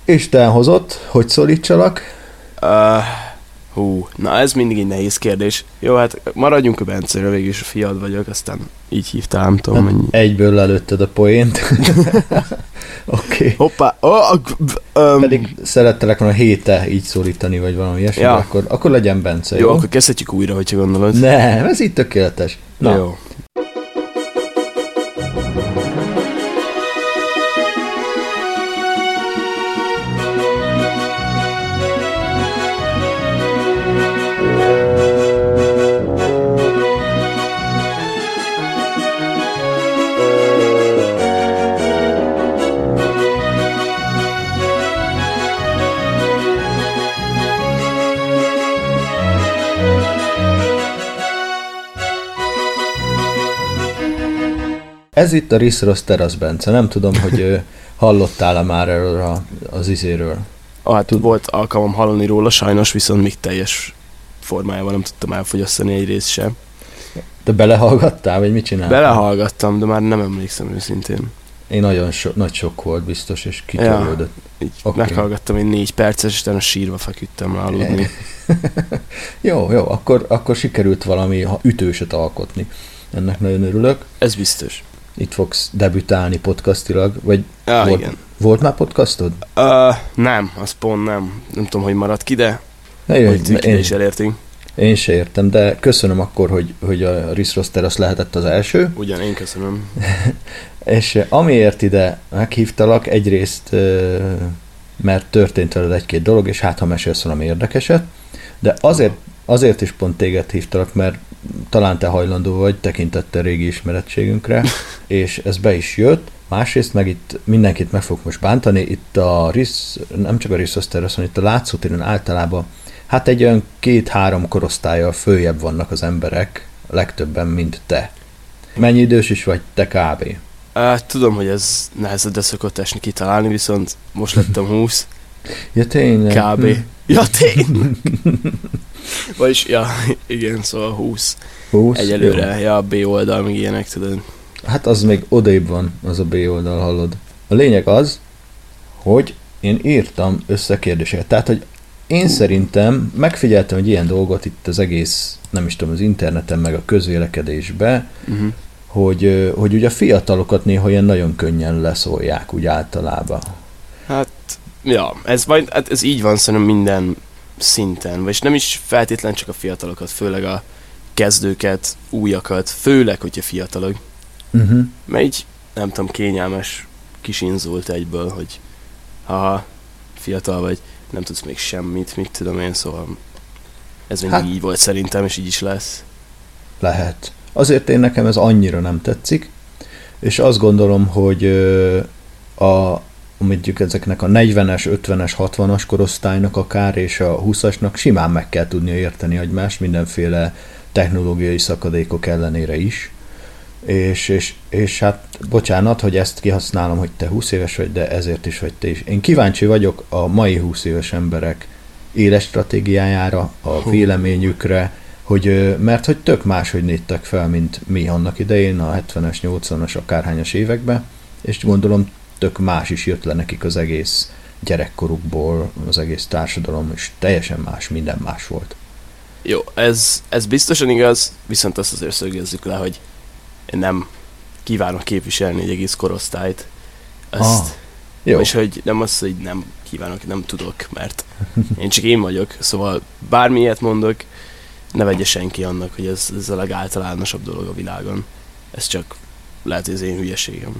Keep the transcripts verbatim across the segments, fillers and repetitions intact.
Isten hozott, hogy szólítsalak? Uh, hú, na ez mindig egy nehéz kérdés. Jó, hát maradjunk a Bencéről, végül is a fiad vagyok, aztán így hívtál, nem tudom mennyi. Egyből lelőtted a poént. Oké. Okay. Hoppá! Oh, um, Pedig szerettelek volna héte így szólítani, vagy valami ilyesmi, ja. akkor, akkor legyen Bence, jó? Jó, akkor kezdhetjük újra, hogyha gondolod. Nem, ez így tökéletes. Na. Jó. Ez itt a Risz Rossz Terasz, Bence. Nem tudom, hogy hallottál-e már erről a, az izéről. Ah, hát Tud... volt alkalmam hallani róla, sajnos viszont még teljes formájában nem tudtam elfogyasztani egy részt sem. De belehallgattál, vagy mit csináltál? Belehallgattam, de már nem emlékszem őszintén. Én nagyon so, nagy sok volt biztos, és kitörődött. Ja, okay. Meghallgattam egy négy perces, és utána sírva feküdtem rá aludni. jó, jó, akkor, akkor sikerült valami ütőset alkotni. Ennek nagyon örülök. Ez biztos. Itt fogsz debütálni podcastilag, vagy ja, volt, igen. volt már podcastod? Uh, nem, az pont nem. Nem tudom, hogy maradt ki, de ne, hogy ide is elértünk. Én se értem, de köszönöm akkor, hogy, hogy a Risz Rossz Terasz lehetett az első. Ugyan, én köszönöm. És amiért ide meghívtalak, egyrészt, mert történt veled egy-két dolog, és hát ha mesélsz valami érdekeset, de azért, azért is pont téged hívtalak, mert talán te hajlandó vagy tekintettel régi ismerettségünkre, és ez be is jött. Másrészt meg itt mindenkit meg fogok most bántani, itt a Risz, nem csak a Risz Rossz Terasz, hanem itt a Látszótéren általában hát egy olyan két-három korosztállyal följebb vannak az emberek, legtöbben, mint te. Mennyi idős is vagy te kb? Uh, tudom, hogy ez nehezedre szokott esni kitalálni, viszont most lettem húsz. Ja, tényleg? Kb. Hm. Ja, tényleg? Vagyis, ja, igen, szóval húsz. húsz? Egyelőre, jó. Ja, a B oldal, még ilyenek, tudod. Hát az még odébb van, az a B oldal, hallod. A lényeg az, hogy én írtam össze kérdéseket. Tehát, hogy én szerintem megfigyeltem, hogy ilyen dolgot itt az egész, nem is tudom, az interneten, meg a közvélekedésben, uh-huh. hogy, hogy ugye a fiatalokat néha ilyen nagyon könnyen leszólják úgy általában. Hát, ja, ez, majd, hát ez így van szerintem minden szinten, vagyis nem is feltétlen csak a fiatalokat, főleg a kezdőket, újakat, főleg, hogyha fiatalok. Uh-huh. Mert így, nem tudom, kényelmes kisinzult egyből, hogy ha fiatal vagy, nem tudsz még semmit, mit tudom én, szóval ez mindig hát, így volt szerintem, és így is lesz. Lehet. Azért én nekem ez annyira nem tetszik, és azt gondolom, hogy a, mondjuk ezeknek a negyvenes, ötvenes, hatvanas korosztálynak akár, és a húszasnak simán meg kell tudnia érteni egymást mindenféle technológiai szakadékok ellenére is. És, és, és hát bocsánat, hogy ezt kihasználom, hogy te húsz éves vagy, de ezért is vagy te is. Én kíváncsi vagyok a mai húsz éves emberek éles stratégiájára, a véleményükre, hogy, mert hogy tök máshogy nőttek fel, mint mi annak idején, a hetvenes, nyolcvanas, akárhányas években, és gondolom tök más is jött le nekik az egész gyerekkorukból, az egész társadalom, és teljesen más, minden más volt. Jó, ez, ez biztosan igaz, viszont azt azért szögezzük le, hogy én nem kívánok képviselni egy egész korosztályt. Azt, ah, jó. És hogy nem az, hogy nem kívánok, nem tudok, mert én csak én vagyok, szóval bármilyet mondok, ne vegye senki annak, hogy ez, ez a legáltalánosabb dolog a világon. Ez csak lehet, hogy az én hülyeségem.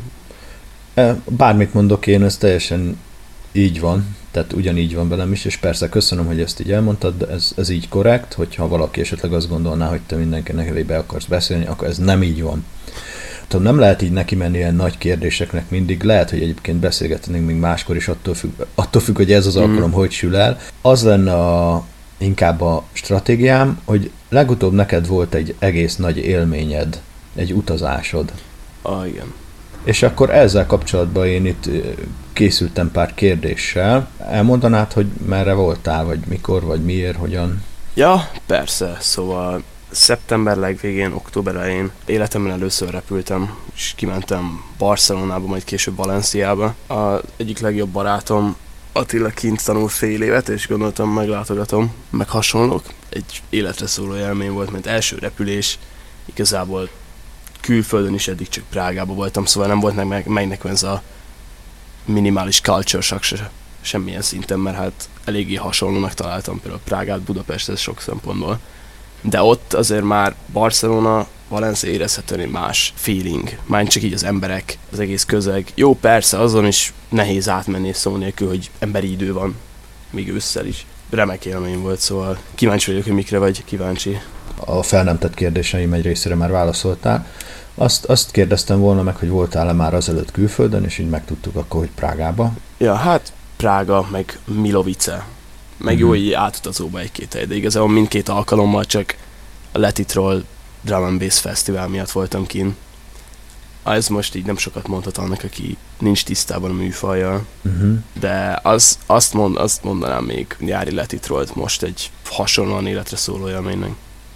Bármit mondok én, ez teljesen így van, tehát ugyanígy van velem is, és persze köszönöm, hogy ezt így elmondtad, de ez, ez így korrekt, hogyha valaki esetleg azt gondolná, hogy te mindenkinek elébe akarsz beszélni, akkor ez nem így van. Tudom, nem lehet így neki menni ilyen nagy kérdéseknek mindig, lehet, hogy egyébként beszélgetnénk még máskor is, attól függ, attól függ hogy ez az alkalom mm. hogy sül el. Az lenne a, inkább a stratégiám, hogy legutóbb neked volt egy egész nagy élményed, egy utazásod. Ah, igen. És akkor ezzel kapcsolatban én itt készültem pár kérdéssel. Elmondanád, hogy merre voltál, vagy mikor, vagy miért, hogyan? Ja, persze. Szóval szeptember legvégén, október elején életemben először repültem, és kimentem Barcelonába, majd később Valenciába. Az egyik legjobb barátom Attila kint tanul fél évet, és gondoltam, meglátogatom, meg hasonlók. Egy életre szóló élmény volt, mert első repülés, igazából külföldön is eddig csak Prágában voltam, szóval nem volt meg, meg nekem ez a minimális culture shock se, semmilyen szinten, mert hát eléggé hasonlónak találtam például Prágát, Budapestet sok szempontból. De ott azért már Barcelona, Valencia érezhetően más feeling, már csak így az emberek, az egész közeg. Jó, persze, azon is nehéz átmenni szó nélkül, hogy emberi idő van, még ősszel is. Remek élmény volt, szóval kíváncsi vagyok, hogy mikre vagy kíváncsi. A fel nem tett kérdéseim egy részére már válaszoltál. Azt, azt kérdeztem volna meg, hogy voltál-e már azelőtt külföldön, és így megtudtuk akkor, hogy Prágába. Ja, hát Prága, meg Milovice. Meg mm-hmm. jó, így átutazóba egy-két hely, de igazából mindkét alkalommal csak a Let It Roll Drum and Bass Fesztivál miatt voltam kint. Ez most így nem sokat mondhat annak, aki nincs tisztában a műfajjal, uh-huh. de az, azt, mond, azt mondanám még nyári Let It Rollt most egy hasonlóan életre szóló élménynek.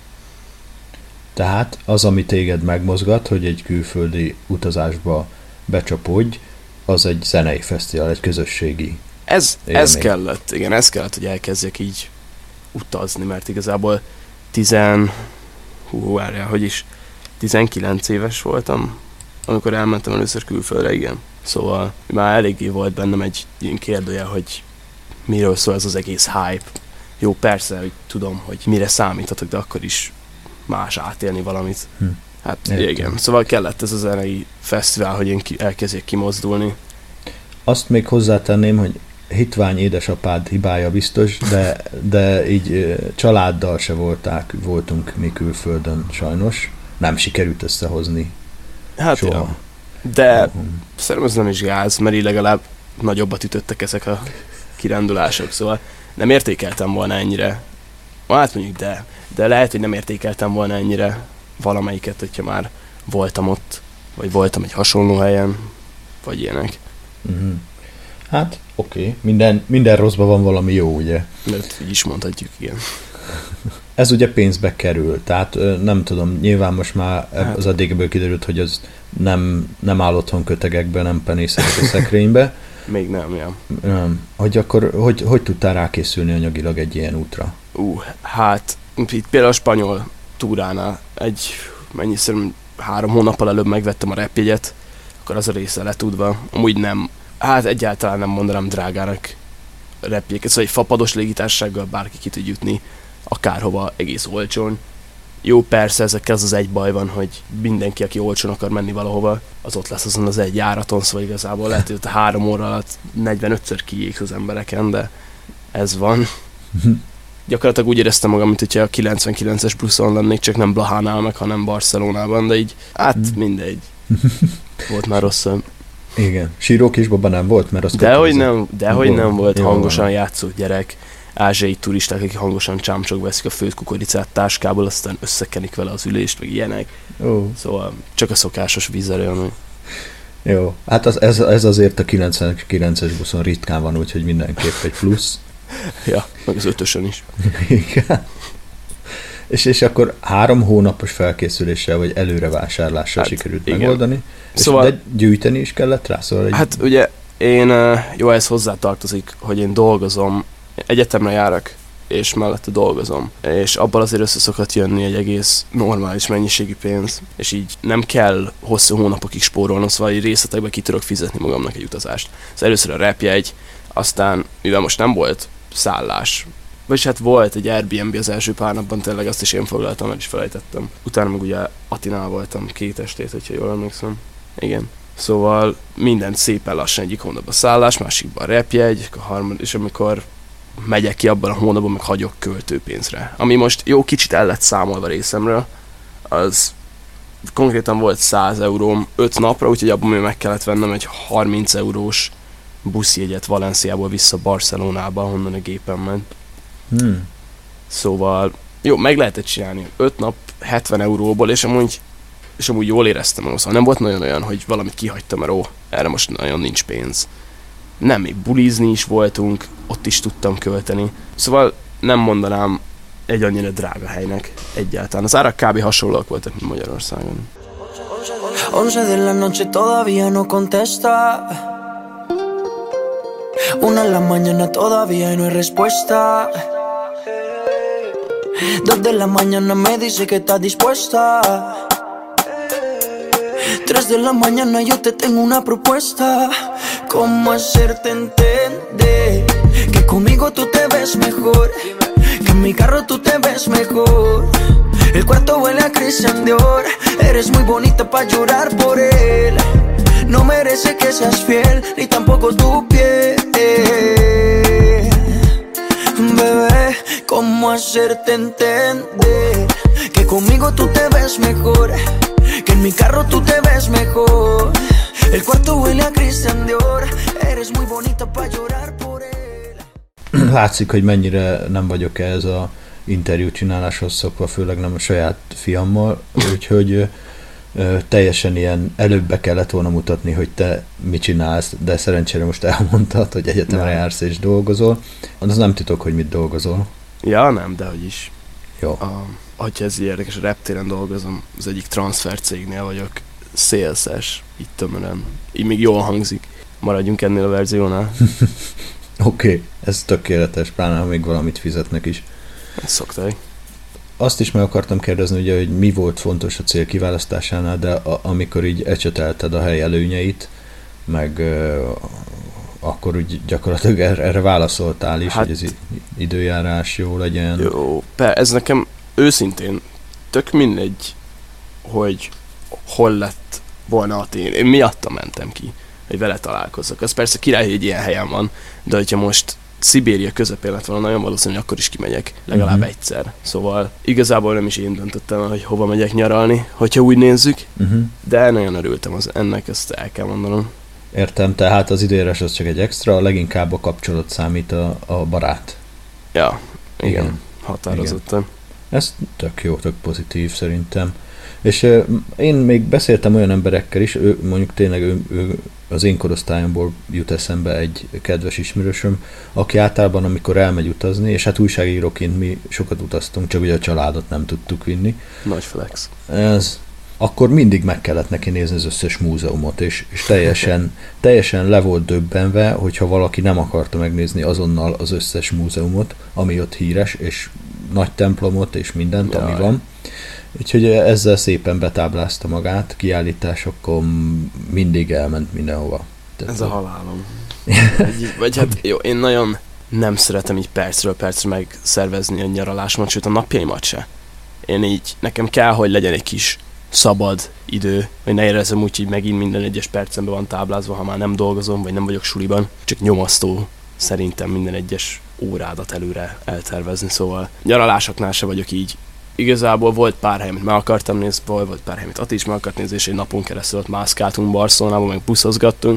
Tehát az, ami téged megmozgat, hogy egy külföldi utazásba becsapodj, az egy zenei fesztivál, egy közösségi ez, ez kellett, igen, ez kellett, hogy elkezdjek így utazni, mert igazából tizen... Hú, várjál, hogy is tizenkilenc éves voltam, amikor elmentem először külföldre, igen. Szóval már eléggé volt bennem egy ilyen kérdője, hogy miről szól ez az egész hype. Jó, persze, hogy tudom, hogy mire számíthatok, de akkor is más átélni valamit. Hm. Hát Értem. igen, szóval kellett ez a zenei fesztivál, hogy én ki, elkezdjek kimozdulni. Azt még hozzátenném, hogy hitvány édesapád hibája biztos, de, de így családdal se volták, voltunk mi külföldön sajnos. Nem sikerült összehozni. Hát soha. Ja. De uh-huh. szerintem ez nem is gáz, mert így legalább nagyobbat ütöttek ezek a kirándulások, szóval nem értékeltem volna ennyire. Hát mondjuk, de, de lehet, hogy nem értékeltem volna ennyire valamelyiket, hogyha már voltam ott, vagy voltam egy hasonló helyen, vagy ilyenek. Uh-huh. Hát, oké. Okay. Minden, minden rosszban van valami jó, ugye? Mert így is mondhatjuk, igen. Ez ugye pénzbe kerül, tehát nem tudom, nyilván most már hát. az addigből kiderült, hogy az nem, nem áll otthon kötegekben, nem penészetek a szekrénybe. Még nem, ja. Nem. Hogy akkor, hogy, hogy tudtál rákészülni anyagilag egy ilyen útra? Ú, uh, hát, itt például a spanyol túránál egy, mennyi szerintem három hónappal előbb megvettem a repjegyet, akkor az a része letudva. Amúgy nem, hát egyáltalán nem mondanám drágának repjegyeket, szóval egy fapados légitársasággal bárki ki tud jutni akárhova egész olcsón. Jó, persze, ezekkel az az egy baj van, hogy mindenki, aki olcsón akar menni valahova, az ott lesz azon az egy járaton, szóval igazából lehet, hogy ott a három óra alatt negyvenötször kiégsz az embereken, de ez van. Gyakorlatilag úgy éreztem magam, mint hogyha a kilencvenkilences buszon lennék, csak nem Blahánál meg, hanem Barcelonában, de így, hát mindegy. Volt már rosszabb. Igen. Síró kisbaba nem volt, mert az... Dehogy nem, dehogy nem volt, hangosan játszó gyerek. Ázsiai turisták, akik hangosan csámcsogva veszik a főtt kukoricát táskából, aztán összekenik vele az ülést, meg ilyenek. Oh. Szóval csak a szokásos vízerőn. Jó, hát az, ez, ez azért a kilencvenkilences buszon ritkán van, úgyhogy mindenképp egy plusz. Ja, meg az ötösön is. Igen. És, és akkor három hónapos felkészüléssel, vagy előrevásárlással hát, sikerült igen. megoldani. Szóval, de gyűjteni is kellett rá? Szóval egy... Hát ugye én, jó, ez hozzátartozik, hogy én dolgozom, egyetemre járok, és mellette dolgozom. És abban azért össze szokott jönni egy egész normális mennyiségű pénz, és így nem kell hosszú hónapokig spórolnom, szóval így részletekben ki tudok fizetni magamnak egy utazást. Szóval először a repjegy, aztán, mivel most nem volt szállás, vagyis hát volt egy Airbnb az első pár napban, tényleg azt is én foglaltam, el is felejtettem. Utána meg ugye Atinál voltam két estét, hogyha jól emlékszem. Igen. Szóval mindent szépen lassan, egyik hónapban szállás, másikban repjegy, a harmad, és amikor megyek ki abban a hónapban, meg hagyok költőpénzre. Ami most jó kicsit el lett számolva részemről, az konkrétan volt száz euróm öt napra, úgyhogy abban még meg kellett vennem egy harminc eurós buszjegyet Valenciából vissza Barcelonába, honnan a gépen ment. Hmm. Szóval jó, meg lehetett csinálni öt nap hetven euróból, és amúgy, és amúgy jól éreztem magam, szóval nem volt nagyon olyan, hogy valamit kihagytam, mert ó, erre most nagyon nincs pénz. Nem, még bulizni is voltunk, ott is tudtam költeni. Szóval nem mondanám egy annyira drága helynek egyáltalán. Az árak kb. Hasonlóak voltak, mint Magyarországon. once de la noche todavía no contesta. Una en la mañana todavía y no hay respuesta. Dos de la mañana me dice que está dispuesta. Tres de la mañana yo te tengo una propuesta. ¿Cómo hacerte entender que conmigo tú te ves mejor? Que en mi carro tú te ves mejor. El cuarto huele a Christian Dior. Eres muy bonita pa' llorar por él. No merece que seas fiel, ni tampoco tu piel. Bebé, ¿cómo hacerte entender que conmigo tú te ves mejor? Que en mi carro tú te ves mejor. El cuarto huele a Christian Dior. Eres muy bonita pa' llorar por él. Látszik, hogy mennyire nem vagyok ehhez a interjú csináláshoz szokva, főleg nem a saját fiammal, úgyhogy ö, teljesen ilyen előbbe kellett volna mutatni, hogy te mit csinálsz, de szerencsére most elmondtad, hogy egyetemre jársz és dolgozol. Az nem titok, hogy mit dolgozol. Ja, nem, de hogy is. Jó. A, hogyha ez érdekes, a reptéren dolgozom, az egyik transfercégnél vagyok, szélszes, itt tömören. Így még jól hangzik. Maradjunk ennél a verziónál. Oké, okay, ez tökéletes, pláne ha még valamit fizetnek is. Szokták. Azt is meg akartam kérdezni, ugye, hogy mi volt fontos a cél kiválasztásánál, de a, amikor így ecsetelted a hely előnyeit, meg uh, akkor úgy gyakorlatilag erre, erre válaszoltál is, hát, hogy az időjárás jó legyen. Jó, per, ez nekem őszintén tök mindegy, hogy hol lett volna a tér. Én miatta mentem ki, hogy vele találkozzak. Az persze király, hogy egy ilyen helyen van, de hogyha most Szibéria közepén lett volna, nagyon valószínű, hogy akkor is kimegyek, legalább uh-huh. egyszer. Szóval igazából nem is én döntöttem el, hogy hova megyek nyaralni, hogyha úgy nézzük, uh-huh. de nagyon örültem az, ennek, ezt el kell mondanom. Értem, tehát az időjárás az csak egy extra, leginkább a kapcsolat számít a, a barát. Ja, igen, igen. határozottan. Igen. Ez tök jó, tök pozitív szerintem. És uh, én még beszéltem olyan emberekkel is, ő, mondjuk tényleg ő, ő az én korosztályomból jut eszembe egy kedves ismerősöm, aki általában, amikor elmegy utazni, és hát újságíróként mi sokat utaztunk, csak ugye a családot nem tudtuk vinni. Nagy flex. Ez, akkor mindig meg kellett neki nézni az összes múzeumot, és, és teljesen, teljesen le volt döbbenve, hogyha valaki nem akarta megnézni azonnal az összes múzeumot, ami ott híres, és nagy templomot, és mindent, Jaj. ami van. Úgyhogy ezzel szépen betáblázta magát, kiállításokon mindig elment mindenhova. Tehát ez a halálom. Egy, vagy hát jó, én nagyon nem szeretem így percről percre megszervezni a nyaralásomat, sőt a napjaimat se. Én így, nekem kell, hogy legyen egy kis szabad idő, hogy ne érezzem úgy, hogy megint minden egyes percemben van táblázva, ha már nem dolgozom, vagy nem vagyok suliban, csak nyomasztó szerintem minden egyes órádat előre eltervezni, szóval nyaralásoknál se vagyok így. Igazából volt pár hely, amit meg akartam nézni, volt pár hely, amit Ati is meg akart nézni, és egy napon keresztül ott mászkáltunk Barcelonában, meg buszozgattunk,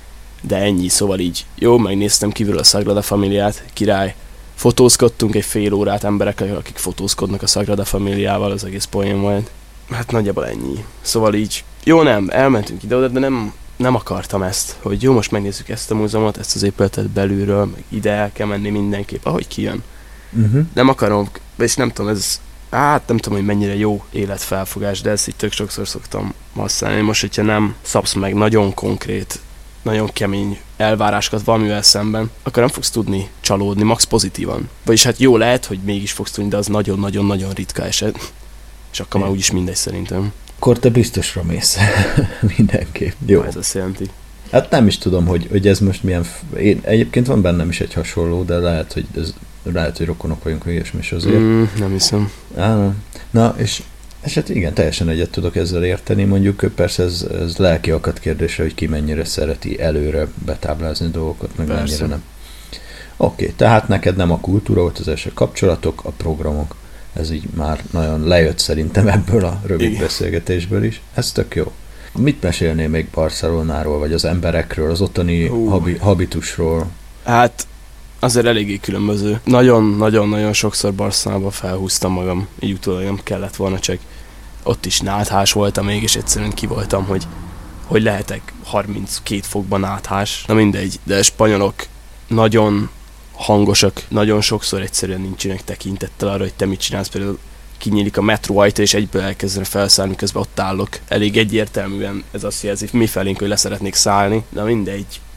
de ennyi, szóval így jó, megnéztem kívül a Sagrada Familiát, király, fotózkodtunk egy fél órát emberekkel, akik fotózkodnak a Sagrada Familiával, az egész poén volt. Hát nagyjából ennyi. Szóval így, jó nem, elmentünk ide-oda, de nem, nem akartam ezt, hogy jó, most megnézzük ezt a múzeumot, ezt az épületet belülről, meg ide el kell menni mindenképp, ahogy kijön. Uh-huh. Nem akarom, és nem tudom, ez hát nem tudom, hogy mennyire jó életfelfogás, de ezt így tök sokszor szoktam használni. Most, hogyha nem szabsz meg nagyon konkrét, nagyon kemény elvárásokat valamivel szemben, akkor nem fogsz tudni csalódni, max pozitívan. Vagyis hát jó lehet, hogy mégis fogsz tudni, de az nagyon-nagyon-nagyon ritka eset. És akkor már úgyis mindegy szerintem. Akkor te biztosra mész. Mindenképp. Jó. Ez azt jelenti. Hát nem is tudom, hogy, hogy ez most milyen... F... Én, egyébként van bennem is egy hasonló, de lehet, hogy ez lehet, hogy rokonok vagyunk, hogy ilyesmi is azért. Mm, nem hiszem. Á, nem. Na, és, és hát igen, teljesen egyet tudok ezzel érteni, mondjuk persze ez, ez lelki akadt kérdése, hogy ki mennyire szereti előre betáblázni dolgokat, meg persze. mennyire nem. Oké, okay, tehát neked nem a kultúra volt az első kapcsolatok, a programok. Ez így már nagyon lejött szerintem ebből a rövid igen. beszélgetésből is. Ez tök jó. Mit mesélnél még Barcelonáról, vagy az emberekről, az ottani habi, habitusról? Hát azért eléggé különböző. Nagyon-nagyon-nagyon sokszor Barcelonában felhúztam magam, így utólag nem kellett volna, csak ott is náthás voltam még, és egyszerűen ki voltam, hogy, hogy lehetek harminckét fokban náthás. Na mindegy, de a spanyolok nagyon hangosak, nagyon sokszor egyszerűen nincsenek tekintettel arra, hogy te mit csinálsz, például kinyílik a metró ajta, és egyből elkezdene felszállni, miközben ott állok. Elég egyértelműen ez azt jelzi mi felénk, hogy leszeretnék szállni, de mindegy.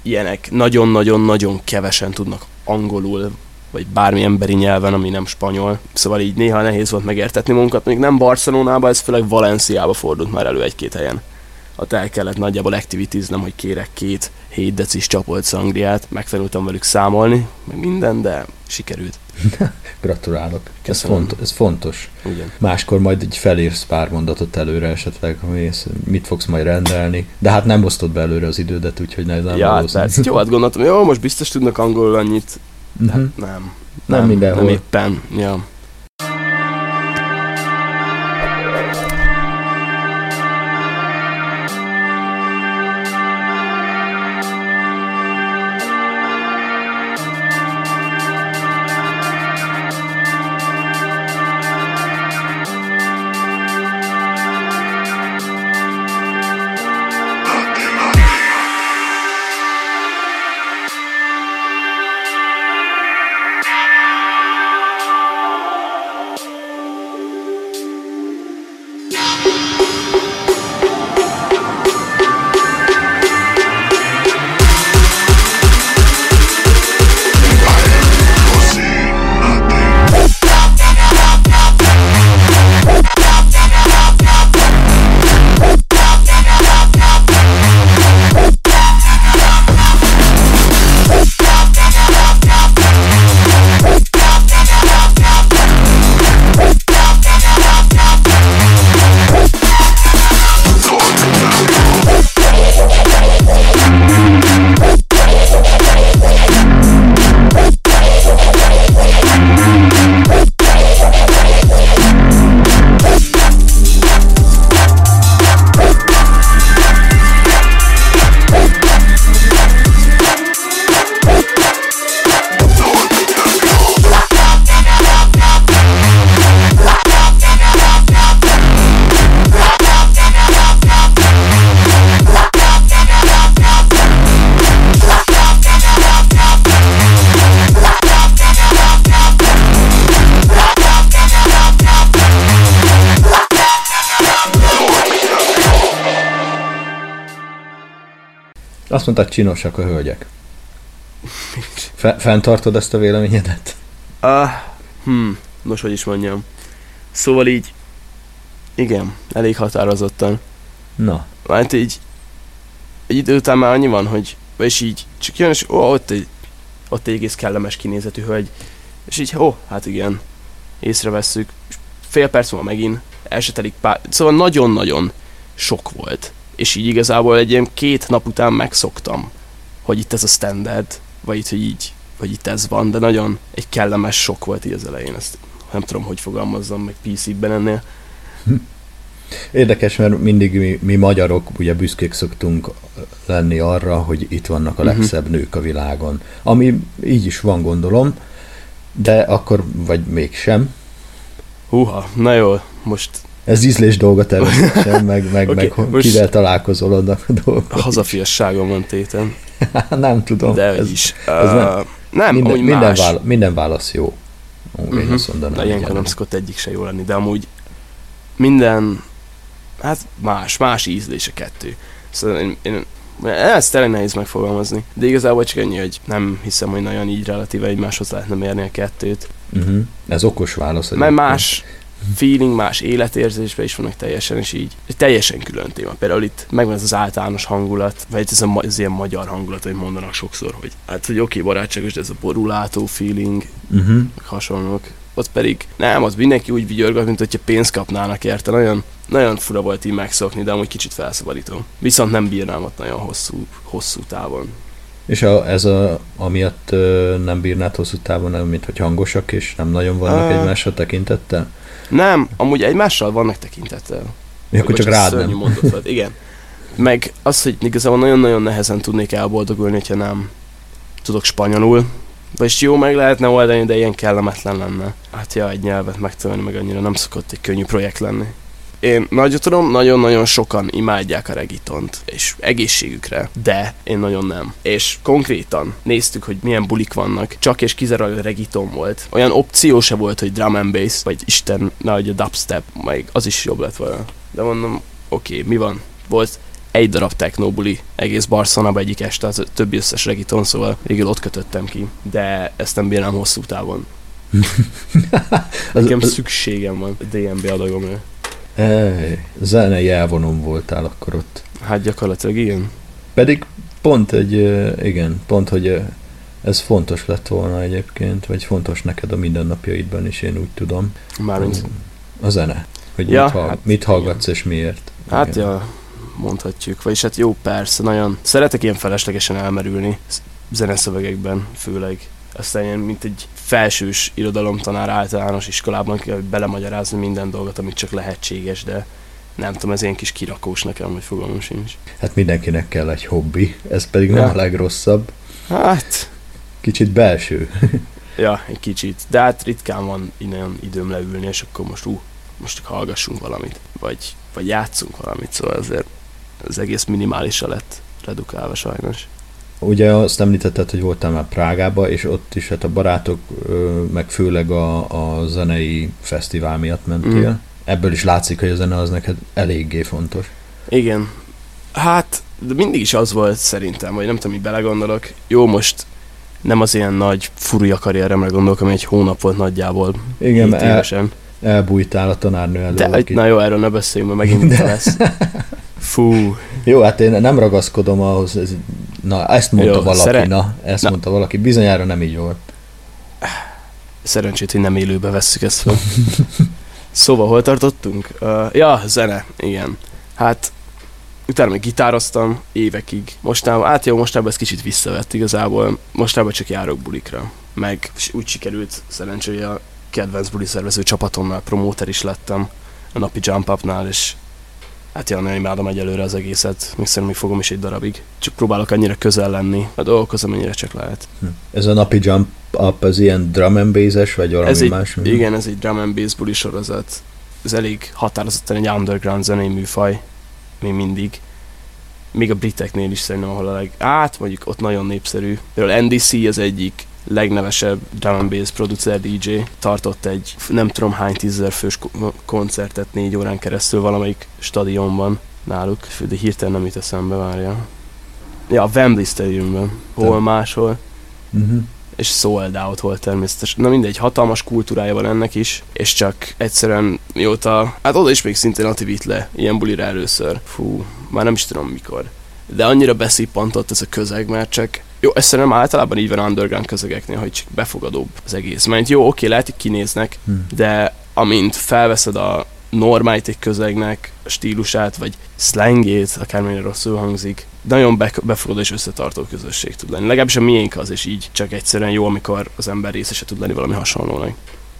ilyenek nagyon-nagyon-nagyon kevesen tudnak angolul, vagy bármi emberi nyelven, ami nem spanyol. Szóval így néha nehéz volt megértetni magunkat. Még nem Barcelonában, ez főleg Valenciába fordult már elő egy-két helyen. Ott el kellett nagyjából activitiznem, hogy kérek két hét decis csapolt szangriát. Megtanultam velük számolni, meg minden, de sikerült. Gratulálok. Ez, font, ez fontos. Igen. Máskor majd így felírsz pár mondatot előre esetleg, hogy mit fogsz majd rendelni. De hát nem osztod be előre az idődet, úgyhogy ne nem ja, persze. Jó, hát gondoltam, jó, most biztos tudnak angolul annyit. De uh-huh. nem. Nem, nem mindenhol. Nem éppen. Ja. Azt mondtad, csinosak a hölgyek. Fe- fenntartod ezt a véleményedet? Uh, hmm, most hogy is mondjam. Szóval így, igen, elég határozottan. Na. Mert így, egy idő után már annyi van, hogy, és így, csak jön, és ó, ott egy, ott egy egész kellemes kinézetű hölgy. És így, ó, hát igen, észrevesszük. Fél perc múlva megint, el se telik pár, szóval nagyon-nagyon sok volt. És így igazából egy ilyen két nap után megszoktam, hogy itt ez a standard, vagy itt, hogy így, vagy itt ez van, de nagyon egy kellemes sok volt így az elején, ezt nem tudom, hogy fogalmazzam meg pé cé-ben ennél. Érdekes, mert mindig mi, mi magyarok ugye büszkék szoktunk lenni arra, hogy itt vannak a legszebb uh-huh. nők a világon. Ami így is van, gondolom, de akkor, vagy mégsem. Húha, na jó, most... Ez ízlés dolga természetesen, meg, meg, okay, meg most kivel találkozol a dolgok. A hazafiasságom van téten. Nem tudom. De ez, is. Ez uh, nem, nem minden, amúgy minden, más. vála, minden válasz jó. Úgy uh-huh. azt mondanám. De ilyenkor nem szokott egyik se jó lenni, de amúgy minden, hát más, más ízlés a kettő. Szóval én, én ezt tényleg nehéz megfogalmazni, de igazából csak ennyi, hogy nem hiszem, hogy nagyon így relatíve egymáshoz lehetne mérni a kettőt. Uh-huh. Ez okos válasz. Mert más feeling, más életérzésben is vannak teljesen, és így teljesen külön téma. Például itt megvan ez az általános hangulat, vagy ez a, az ilyen magyar hangulat, hogy mondanak sokszor, hogy hát, hogy oké, okay, barátságos, de ez a borulátó feeling, uh-huh. hasonlók. Ott pedig nem, az mindenki úgy vigyorgat, mint hogyha pénzt kapnának érte. Nagyon, nagyon fura volt így megszokni, de amúgy kicsit felszabadító. Viszont nem bírnám ott nagyon hosszú, hosszú távon. És a, ez a, amiatt ö, nem bírnád hosszú távon, mint hogy hangosak, és nem nagyon vannak uh, egymásra tekintettel? Nem, amúgy egymással vannak tekintettel. Ja, akkor csak rád nem. Volt. Igen. Meg az, hogy igazából nagyon-nagyon nehezen tudnék elboldogulni, hogyha nem tudok spanyolul. Vagyis jó, meg lehetne oldani, de ilyen kellemetlen lenne. Hát ja, egy nyelvet megtanulni, meg annyira nem szokott egy könnyű projekt lenni. Én nagyon tudom, nagyon-nagyon sokan imádják a reggaetont, és egészségükre, de én nagyon nem. És konkrétan néztük, hogy milyen bulik vannak, csak és kizárólag a reggaeton volt. Olyan opció se volt, hogy drum and bass, vagy Isten, na, hogy a dubstep, meg az is jobb lett volna. De mondom, oké, okay, mi van? Volt egy darab technobuli egész Barcelonában egyik este, az többi összes regiton, szóval végül ott kötöttem ki, de ezt nem bírnám hosszú távon. Nekem szükségem van a dé em bé adagomra. Ej, zenei elvonom voltál akkor ott. Hát gyakorlatilag igen. Pedig pont egy, igen, pont, hogy ez fontos lett volna egyébként, vagy fontos neked a mindennapjaidban is, én úgy tudom. Mármint a zene. Hogy ja, mit, hall, hát mit hallgatsz igen. És miért. Hát igen. ja, mondhatjuk. Vagyis hát jó, persze, nagyon szeretek ilyen feleslegesen elmerülni zeneszövegekben, főleg. Aztán ilyen, mint egy felsős irodalomtanár általános iskolában kell belemagyarázni minden dolgot, amit csak lehetséges, de nem tudom, ez ilyen kis kirakós nekem, hogy fogalmam sincs. Hát mindenkinek kell egy hobbi, ez pedig ja. nem a legrosszabb. Hát... Kicsit belső. Ja, egy kicsit. De hát ritkán van innen időm leülni, és akkor most ú, most hallgassunk valamit, vagy, vagy játszunk valamit, szóval azért az egész minimálisra lett redukálva sajnos. Ugye azt említetted, hogy voltál már Prágába, és ott is hát a barátok, meg főleg a, a zenei fesztivál miatt mentél. Mm. Ebből is látszik, hogy a zene az neked eléggé fontos. Igen. Hát, de mindig is az volt szerintem, vagy nem tudom, így belegondolok. Jó, most nem az ilyen nagy furúja karrieremre gondolok, ami egy hónap volt nagyjából. Igen, el, elbújtál a tanárnő elől. De, aki... Na jó, erről ne beszéljünk, mert megint de... lesz. Fú. Jó, hát én nem ragaszkodom ahhoz, ez, na ezt mondta jó, valaki, szeren... na, ezt na. mondta valaki, bizonyára nem így volt. Szerencsét, hogy nem élőbe vesszük ezt fel. Szóval hol tartottunk? Uh, ja, zene, igen. Hát, utána még gitároztam évekig. Mostában, hát jó, mostában ez kicsit visszavett igazából. Mostában csak járok bulikra. Meg úgy sikerült szerencsé, hogy a kedvenc buli szervező csapatomnál promóter is lettem. A napi Jump Up-nál, és hát ja, nagyon imádom egyelőre az egészet. Még szerintem még fogom is egy darabig. Csak próbálok annyira közel lenni a dolgokhoz, amennyire csak lehet. Ez a napi Jump Up, az ilyen drum and bass-es, vagy valami ez más? Egy, igen, ez egy drum and bass buli sorozat. Ez elég határozottan egy underground zenei műfaj. Még mindig. Még a briteknél is szerintem, ahol a leg... Át, mondjuk ott nagyon népszerű. Például en dé cé az egyik legnevesebb drum and bass producer dé dzsé. Tartott egy nem tudom hány tízezer fős koncertet négy órán keresztül valamelyik stadionban náluk. De hirtelen nem jut eszembe, várja. Ja, a Wembley Stadiumban. Hol máshol. Uh-huh. És sold out volt természetesen. Na mindegy, hatalmas kultúrája van ennek is, és csak egyszerűen mióta, hát oda is még szintén Ati vitt le ilyen bulira először. Fú, már nem is tudom mikor. De annyira beszippantott ez a közeg, mert csak jó, ez szerintem általában így van underground közegeknél, hogy csak befogadóbb az egész. Mert jó, oké, lehet, hogy kinéznek, hmm. de amint felveszed a normáit egy közegnek, a stílusát, vagy slangjét, akármennyire rosszul hangzik, nagyon befogadó és összetartó közösség tud lenni. Legalábbis a miénk az, és így csak egyszerűen jó, amikor az ember részese tud lenni valami hasonlónak.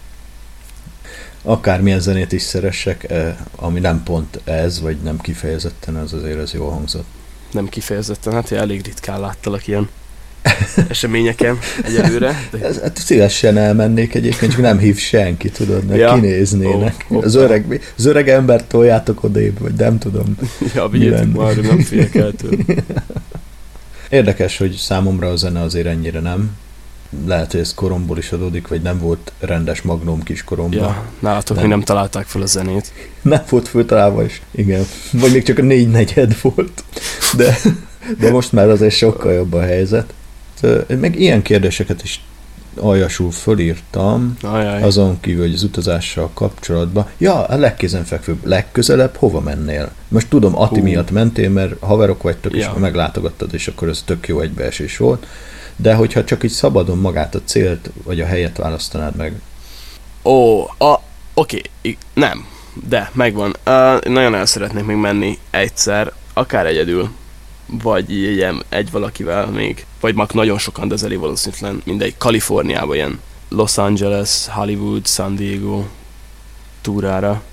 Akármilyen zenét is szeressek, ami nem pont ez, vagy nem kifejezetten ez, azért ez jól hangzott. Nem kifejezetten, hát elég ritkán láttalak ilyen eseményeken egyelőre. De... Ez, hát szívesen elmennék egyébként, csak nem hív senki, tudod, meg ja. kinéznének. Oh, az, öreg, az öreg embert toljátok odébb, vagy nem tudom. Ja, vigyétek már, nem félek el tőle. Érdekes, hogy számomra a zene azért ennyire nem. Lehet, hogy ez koromból is adódik, vagy nem volt rendes magnóm kiskoromban. Ja, nálatok nem. még nem találták fel a zenét. Nem volt föltalálva is, igen. Vagy még csak a négy negyed volt. De, de most már azért sokkal jobb a helyzet. Meg ilyen kérdéseket is aljasul fölírtam, Ajaj. azon kívül, hogy az utazással kapcsolatban. Ja, a legkézenfekvőbb, legközelebb hova mennél? Most tudom, Ati Hú. miatt mentél, mert haverok vagytok, ja. és meglátogattad, és akkor ez tök jó egybeesés volt. De hogyha csak így szabadon magát a célt, vagy a helyet választanád meg? Ó, a, oké, nem, de megvan. Uh, nagyon el szeretnék még menni egyszer, akár egyedül, vagy ilyen egy valakivel még, vagy már nagyon sokan, de ez elég valószínűtlen, mindegy, Kaliforniában ilyen Los Angeles, Hollywood, San Diego túrára.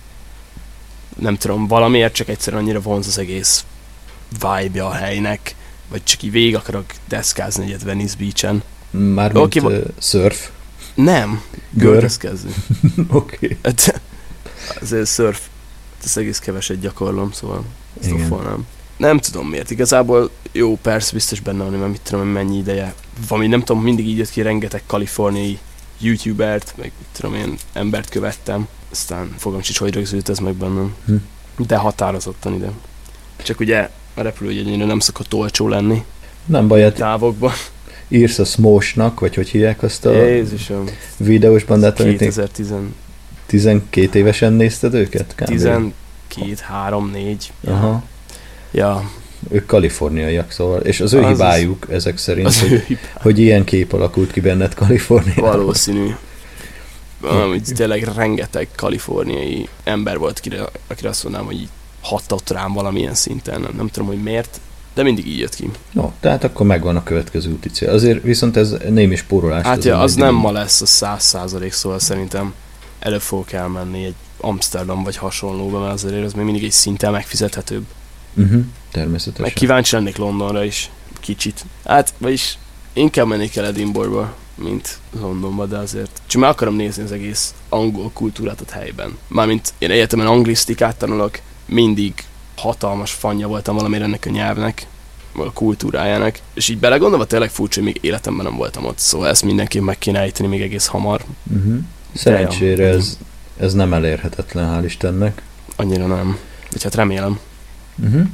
Nem tudom, valamiért csak egyszerűen annyira vonz az egész vibe-ja a helynek, vagy csak így végig akarok deszkázni egyet Venice Beach-en. Mármint okay, uh, surf? Nem, gördeszkázni. Oké. Okay. Azért surf, ez egész keveset gyakorlom, szóval stoffolnám. Nem tudom miért, igazából jó, persze biztos benne van, mert mit tudom, mennyi ideje. Valami nem tudom, mindig így jött ki, rengeteg kaliforniai youtubert, meg mit tudom én, embert követtem. Aztán fogom csics, hogy rögzült ez meg bennem. Hm. De határozottan ide. Csak ugye a repülőjegynél nem szokott olcsó lenni. Nem baj, hát távokban. Írsz a Smosh-nak, vagy hogy hívják azt a Jézusom. videós bandát, amit kétezer-tíz tizenkét évesen nézted őket? tizenkét, három, négy. Aha. Ja. Ők kaliforniaiak, szóval. És az ő az hibájuk az, ezek szerint, az hogy, hogy ilyen kép alakult ki benned Kaliforniában. Valószínű. Amúgy tényleg rengeteg kaliforniai ember volt, akire, akire azt mondanám, hogy így hatott rám valamilyen szinten. Nem, nem tudom, hogy miért, de mindig így jött ki. No, tehát akkor megvan a következő úti cél. Azért viszont ez némi spórolás. Hát ja, az nem ma lesz a száz százalék, szóval szerintem előbb fogok elmenni egy Amsterdam vagy hasonlóba, mert azért ez még mindig egy szinten megfizethetőbb. Uh-huh, természetesen. Meg kíváncsi lennék Londonra is, kicsit. Hát, vagyis inkább mennék el Edinburghba, mint Londonba, de azért csak meg akarom nézni az egész angol kultúrát ott helyben. Mármint én egyetemen anglisztikát tanulok, mindig hatalmas fanja voltam valamire ennek a nyelvnek, vagy a kultúrájának, és így belegondolva tényleg furcsa, hogy még életemben nem voltam ott, szóval ezt mindenképp meg kéne ejteni még egész hamar. Uh-huh. Szerencsére ez, ez nem elérhetetlen, hál' Istennek. Annyira nem. Vagy hát remélem. Uh-huh.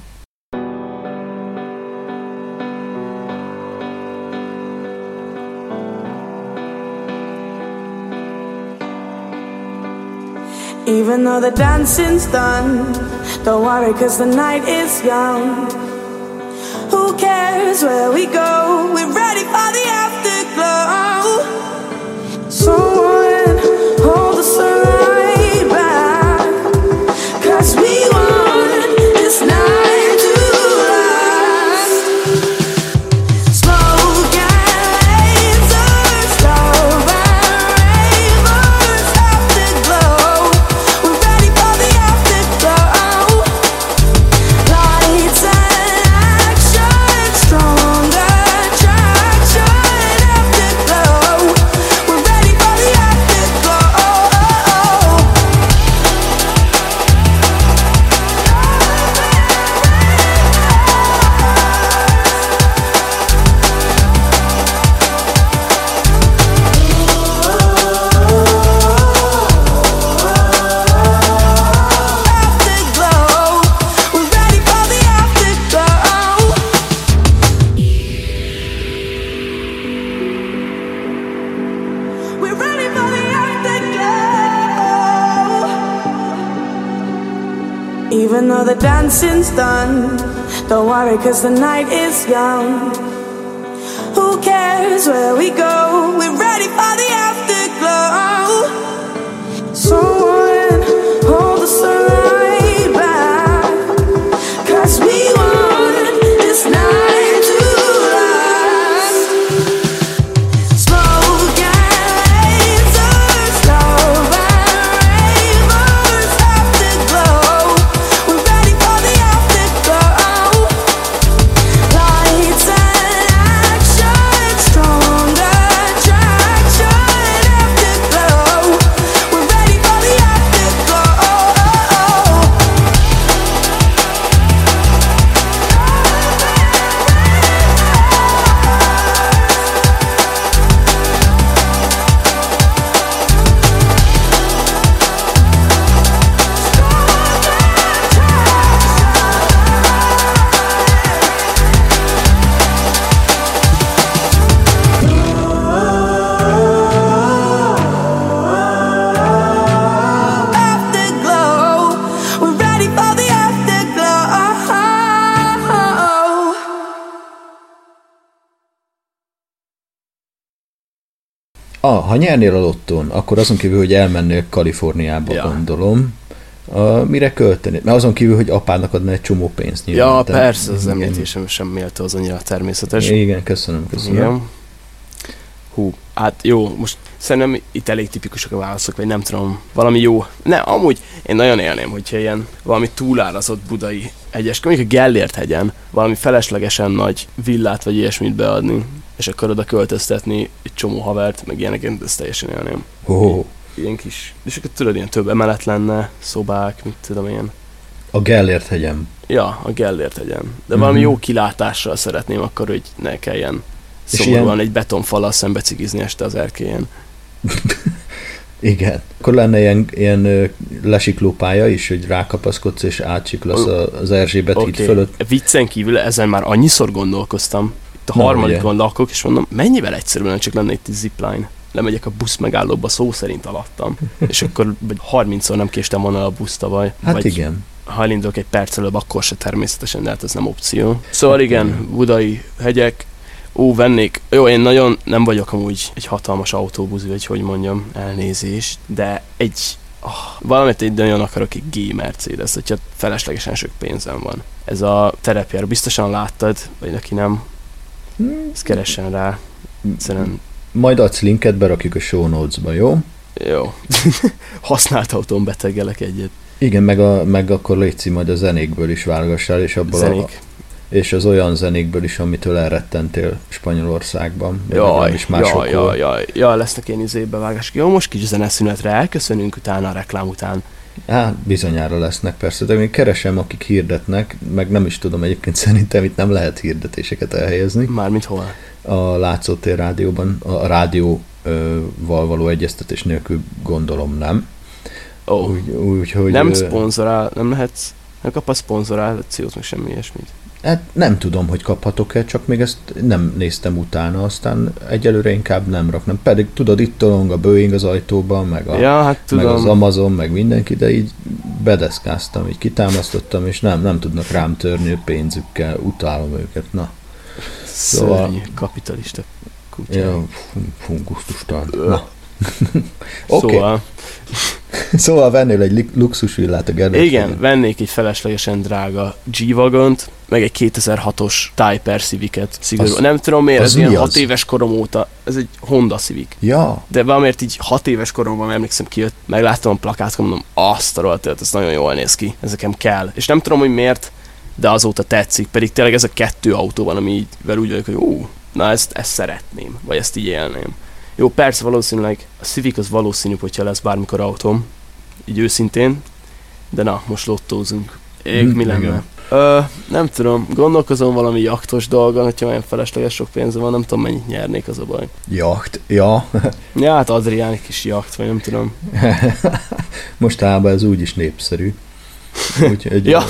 Even though the dancing's done, don't worry cause the night is young. Who cares where we go, we're ready for the afterglow. Someone hold the sunlight back, cause we want this night to last. Smoke and lasers, love and ravers, afterglow. We're ready for the afterglow. Lights and action, stronger attraction, afterglow. We're ready for the afterglow. Afterglow. We're ready for the afterglow. We're ready for the afterglow. Even though the dancing's done, don't worry cause the night is young. Who cares where we go, we're ready for the afterglow. Someone hold the sunlight back, cause we want this night to last. Smoke and lasers, love and ravers, afterglow. We're ready for the afterglow. Lights and action, stronger attraction, afterglow. We're ready for the afterglow. Afterglow. We're ready for the afterglow. Ah, ha nyernél a lottón, akkor azon kívül, hogy elmennél Kaliforniába, Ja. gondolom, uh, mire költeni? Mert azon kívül, hogy apádnak adna egy csomó pénzt nyilván. Ja, te- persze, az igen. említésem sem méltó, az annyira természetes. Igen, köszönöm, köszönöm. Igen. Hú, hát jó, most szerintem itt elég tipikusak a válaszok, vagy nem tudom, valami jó. Ne, amúgy én nagyon élném, hogyha ilyen valami túlárazott budai hegyes, mondjuk a Gellért hegyen valami feleslegesen nagy villát vagy ilyesmit beadni, és akkor oda költöztetni egy csomó havert, meg ilyeneket, ezt teljesen élném. Oh, Ilyen kis, és akkor tudod, ilyen több emelet lenne, szobák, mit tudom én. a Gellért hegyem. Ja, a Gellért hegyen. De Mhm. valami jó kilátással szeretném akkor, hogy ne kelljen És szomorúan ilyen- egy betonfallal szembe cigizni este az erkélyen. Igen. Akkor lenne ilyen, ilyen lesiklópálya is, hogy rákapaszkodsz és átsiklasz az Erzsébet okay. híd fölött. Viccen kívül ezen már annyiszor gondolkoztam. Itt a Na, harmadikon ugye. lakok, és mondom, mennyivel egyszerűen csak lenne itt egy zipline. Lemegyek a busz megállóba, szó szerint alattam. És akkor harmincszor nem késtem volna a busz tavaly. Hát vagy igen. Ha elindulok egy perc előbb, akkor se természetesen, de hát ez nem opció. Szóval igen, budai hegyek. Ó, vennék. Jó, én nagyon nem vagyok amúgy egy hatalmas autóbusz, vagy hogy mondjam, elnézést, de egy, oh, valamit egy nagyon akarok egy G Mercedes, hogyha feleslegesen sok pénzem van. Ez a terepjár, biztosan láttad, vagy neki nem? Ezt keressen rá. Egyszerűen... Majd adsz linket, berakjuk a show notes-ba, jó? Jó. Használt autón betegelek egyet. Igen, meg, a, meg akkor létszik, majd a zenékből is válogassál, és abból Zenék. a... És az olyan zenékből is, amitől elrettentél Spanyolországban. Jaj, is jaj, jaj, jaj, jaj, lesznek én izébe vágások. Jó, most kis zeneszünetre elköszönünk utána, a reklám után. Á, bizonyára lesznek persze, de még keresem, akik hirdetnek, meg nem is tudom, egyébként szerintem itt nem lehet hirdetéseket elhelyezni. Mármint hol? A Látszótér rádióban, a rádióval való egyeztetés nélkül gondolom nem. Ó, oh. úgy, úgy, hogy, nem szponzorál, nem lehetsz, nem kap a szponzorációt, meg semmi ilyesmit. Hát nem tudom, hogy kaphatok-e, csak még ezt nem néztem utána, aztán egyelőre inkább nem raknám. Pedig tudod, itt tolong a Boeing az ajtóban, meg, a, ja, hát meg az Amazon, meg mindenki, de így bedeszkáztam, így kitámasztottam, és nem, nem tudnak rám törni pénzükkel, utálom őket, na. Szörnyű, szóval, kapitalista kutyák. Ja, fungusztustalan. Na. Okay. Szóval... Szóval vennél egy luxusvillát a Gerlőt? Igen, vennék egy feleslegesen drága G-Wagont, meg egy kétezer-hatos Type R Civic-et szigorú. Az, nem tudom miért, ez ilyen hat éves korom óta, ez egy Honda Civic. Ja. De valamiért így hat éves koromban emlékszem kijött, megláttam a plakátot, mondom, azt a rohadt, ez nagyon jól néz ki, ez nekem kell. És nem tudom, hogy miért, de azóta tetszik, pedig tényleg ez a kettő autó van, ami így úgy vagyok, hogy ú, na ezt, ezt szeretném, vagy ezt így élném. Jó, persze valószínűleg a Civic az valószínűbb, hogyha lesz bármikor autóm, így őszintén, de na, most lottózunk. Ég, mi lenne? Ö, nem tudom, gondolkozom valami jachtos dolgon, hogyha olyan felesleges sok pénze van, nem tudom mennyit nyernék, az a baj. Jacht, ja. Ja, hát Adrián egy kis jacht, vagy nem tudom. Mostában ez úgyis népszerű. Úgyhogy... ja.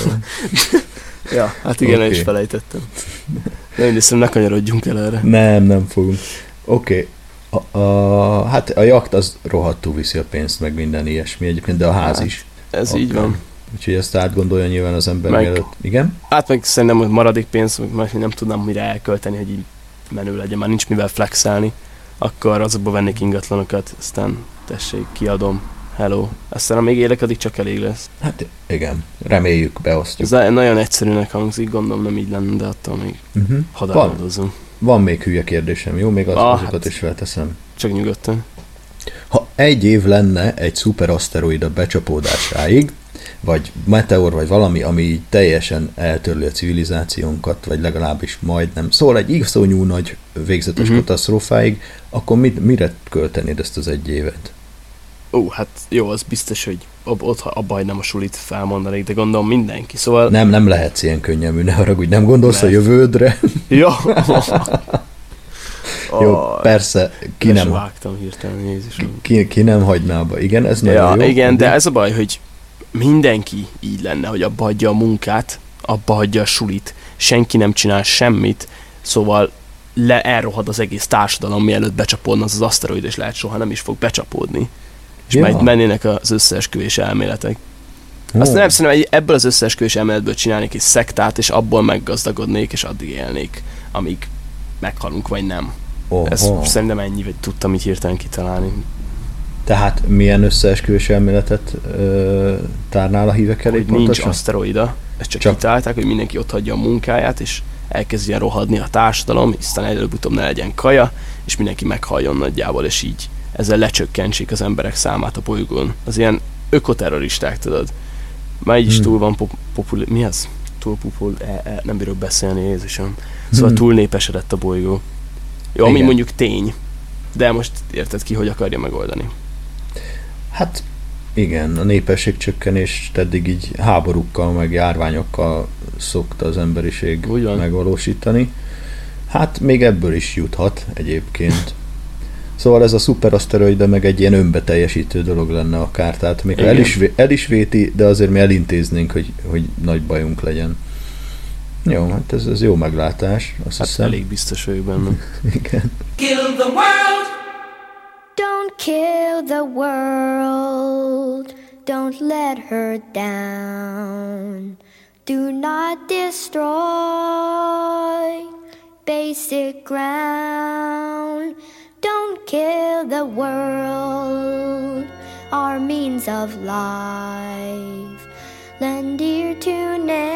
ja, hát igen, okay. El is felejtettem. De én hiszem, ne kanyarodjunk el erre. Nem, nem fogunk. Oké. Okay. A, a, hát a jacht az rohadtul viszi a pénzt, meg minden ilyesmi egyébként, de a ház hát, is. Ez akkor. Így van. Úgyhogy ezt átgondolja nyilván az ember meg, mielőtt. Igen? Hát meg szerintem, hogy maradék pénz, mert nem tudnám mire elkölteni, hogy így menő legyen, már nincs mivel flexelni, akkor azokba vennék ingatlanokat, aztán tessék, kiadom, hello. Aztán még élek, addig csak elég lesz. Hát igen, reméljük, beosztjuk. Ez nagyon egyszerűnek hangzik, gondolom nem így lenne, de attól még uh-huh. hadarmadozunk. Van még hülye kérdésem, jó? Még az, ah, azokat hát is felteszem. Csak nyugodtan. Ha egy év lenne egy szuperaszteroida becsapódásáig, vagy meteor, vagy valami, ami így teljesen eltörli a civilizációnkat, vagy legalábbis majdnem, szóval egy iszonyú nagy végzetes uh-huh. katasztrófáig, akkor mit, mire költenéd ezt az egy évet? Ó, hát jó, az biztos, hogy ott abba hagynám a sulit felmondanék, de gondolom mindenki, szóval... Nem, nem lehetsz ilyen könnyelmű, ne haragudj, nem gondolsz Lehet. a jövődre? Ja. Jó, oh, persze, ki nem... vágtam hirtelen, Jézusom. Ki, ki nem hagyná abba, igen, ez ja, nagyon jó. Igen, de ez a baj, hogy mindenki így lenne, hogy abba hagyja a munkát, abba hagyja a sulit, senki nem csinál semmit, szóval le elrohad az egész társadalom, mielőtt becsapódna az az aszteroid, és lehet soha nem is fog becsapódni. És ja. majd mennének az összeesküvés elméletek. Oh. Azt nem szerintem, hogy ebből az összeesküvés elméletből csinálnék egy szektát, és abból meggazdagodnék, és addig élnék, amíg meghalunk, vagy nem. Oh, Ez oh. szerintem ennyi, vagy tudtam így hirtelen kitalálni. Tehát milyen összeesküvés elméletet ö, tárnál a hívek elé? Hogy nincs aszteroida. Ezt csak, csak kitalálták, hogy mindenki ott hagyja a munkáját, és elkezdjen rohadni a társadalom, aztán előbb-utóbb ne legyen kaja, és mindenki meghalljon nagyjából, és így ezzel lecsökkentsék az emberek számát a bolygón. Az ilyen ökoterroristák, tudod. Már így is hmm. túl van pop- popul... Mi az? Túl popul... E, e, nem bírok beszélni, Jézusom. Szóval hmm. túl népesedett a bolygó. Jó, ami mondjuk tény. De most érted ki, hogy akarja megoldani. Hát igen, a népességcsökkenést eddig így háborúkkal, meg járványokkal szokta az emberiség megvalósítani. Hát még ebből is juthat egyébként. Szóval ez a szuperaszteroida meg egy ilyen önbeteljesítő dolog lenne akár, tehát még el is, el is véti, de azért mi elintéznénk, hogy, hogy nagy bajunk legyen. Jó, hát ez, ez jó meglátás, azt hát hiszem. elég biztos vagyok benne. Igen. Kill the world! Don't kill the world, don't let her down. Do not destroy basic ground. Don't kill the world, our means of life. Lend ear to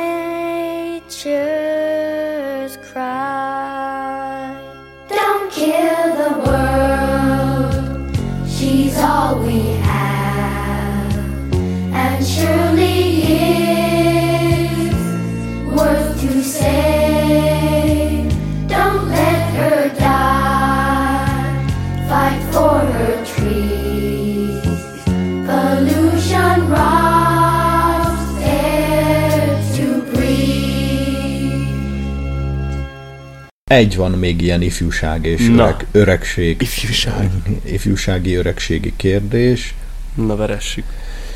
nature's cry. Don't kill the world, she's all we have, and surely is worth to save. Don't let her die, fight for her trees. Pollution robs air to breathe. Egy van még ilyen ifjúság és öreg, öregség. Ifjúság. Ifjúsági öregségi kérdés. Na, veressük.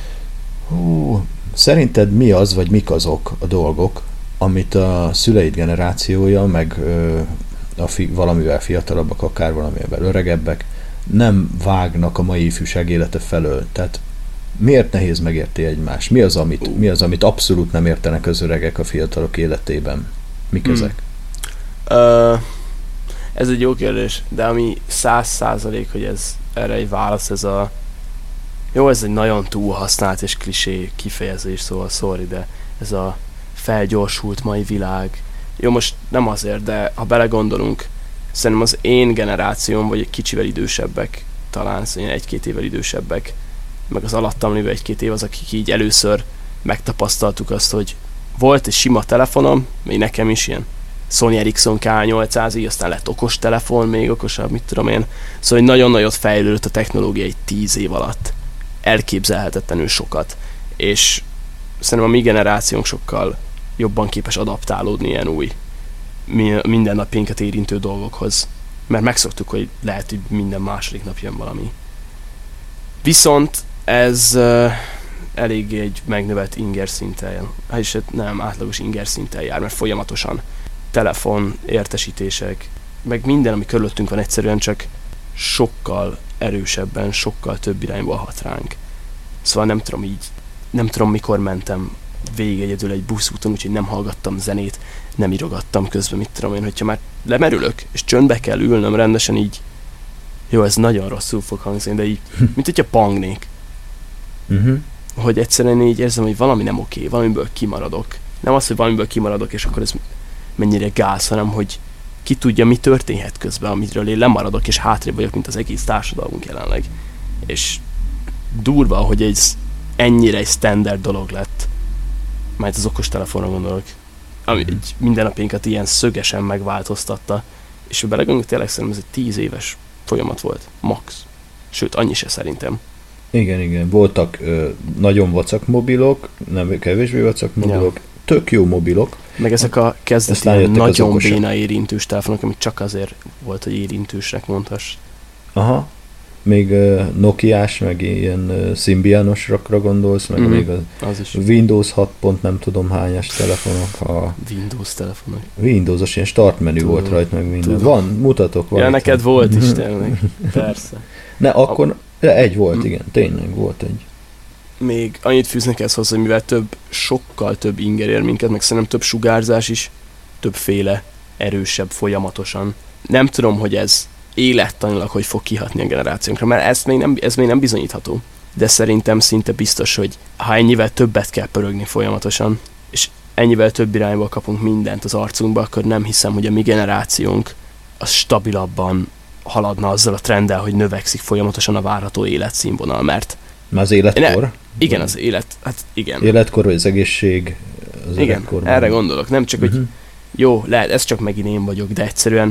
Hú, szerinted mi az, vagy mik azok a dolgok, amit a szüleid generációja, meg ö, a fi, valamivel fiatalabbak, akár valamivel öregebbek, nem vágnak a mai ifjúság élete felől? Tehát miért nehéz megérti egymást? Mi az, amit, mi az, amit abszolút nem értenek az öregek a fiatalok életében? Mik hmm. ezek? Uh, ez egy jó kérdés, de ami száz százalék, hogy ez erre egy válasz, ez a jó, ez egy nagyon túlhasznált és klisé kifejezés, szóval sorry, de ez a felgyorsult mai világ. Jó, most nem azért, de ha belegondolunk, szerintem az én generációm, vagy egy kicsivel idősebbek, talán szóval egy-két évvel idősebbek, meg az alattam lévő egy-két év az, akik így először megtapasztaltuk azt, hogy volt egy sima telefonom, még nekem is ilyen Sony Ericsson K nyolcszáz, így aztán lett okos telefon, még okosabb, mit tudom én. Szóval nagyon nagyot fejlődött a technológia egy tíz év alatt. Elképzelhetetlenül sokat. És szerintem a mi generációnk sokkal jobban képes adaptálódni ilyen új mindennapjainkat érintő dolgokhoz. Mert megszoktuk, hogy lehet, hogy minden második nap jön valami. Viszont ez uh, eléggé egy megnövelt inger szinten, hát is nem átlagos inger szinten jár, mert folyamatosan telefon, értesítések, meg minden, ami körülöttünk van, egyszerűen csak sokkal erősebben, sokkal több irányba hat ránk. Szóval nem tudom így, nem tudom mikor mentem végig egyedül egy buszúton, úgyhogy nem hallgattam zenét, nem írogattam közben, mit tudom én, hogyha már lemerülök, és csöndbe kell ülnöm rendesen így, jó, ez nagyon rosszul fog hangzni, de így, mint hogyha pangnék. Uh-huh. Hogy egyszerűen így érzem, hogy valami nem oké, valamiből kimaradok. Nem az, hogy valamiből kimaradok, és akkor ez mennyire gáz, hanem hogy ki tudja, mi történhet közben, amiről én lemaradok, és hátrébb vagyok, mint az egész társadalmunk jelenleg. És durva, hogy egy ennyire egy standard dolog lett, majd az okostelefonra gondolok, ami mm. egy mindennapjainkat ilyen szögesen megváltoztatta, és ha belegondolunk, tényleg szerintem ez egy tíz éves folyamat volt, max. Sőt, annyi se szerintem. Igen, igen. Voltak ö, nagyon vacak mobilok, nem kevésbé vacak mobilok, ja. Tök jó mobilok. Meg ezek a kezdeti nagyon béna érintős telefonok, amik csak azért volt, hogy érintősnek mondhass. Aha. Még uh, Nokiás, meg ilyen uh, Symbianosra gondolsz, meg mm-hmm. még az, az is. Windows hat pont nem tudom hányas telefonok. A Windows telefonok. Windowsos ilyen start menü tudom, volt rajta, meg minden. Tudom. Van, mutatok valamit. Ja, neked volt is tényleg. Persze. Ne, akkor a... egy volt, igen, tényleg volt egy. Még annyit fűznek ezt hozzá, hogy mivel több, sokkal több inger ér minket, meg szerintem több sugárzás is, többféle, erősebb folyamatosan. Nem tudom, hogy ez élettanilag hogy fog kihatni a generációnkra, mert ez még, nem, ez még nem bizonyítható. De szerintem szinte biztos, hogy ha ennyivel többet kell pörögni folyamatosan, és ennyivel több irányból kapunk mindent az arcunkba, akkor nem hiszem, hogy a mi generációnk az stabilabban haladna azzal a trenddel, hogy növekszik folyamatosan a várható életszínvonal, mert... Már az életkor? Ne, igen, az élet, hát igen. Életkor vagy az egészség az igen, életkorban. Erre gondolok, nem csak, uh-huh. hogy jó, lehet, ez csak megint én vagyok, de egyszerűen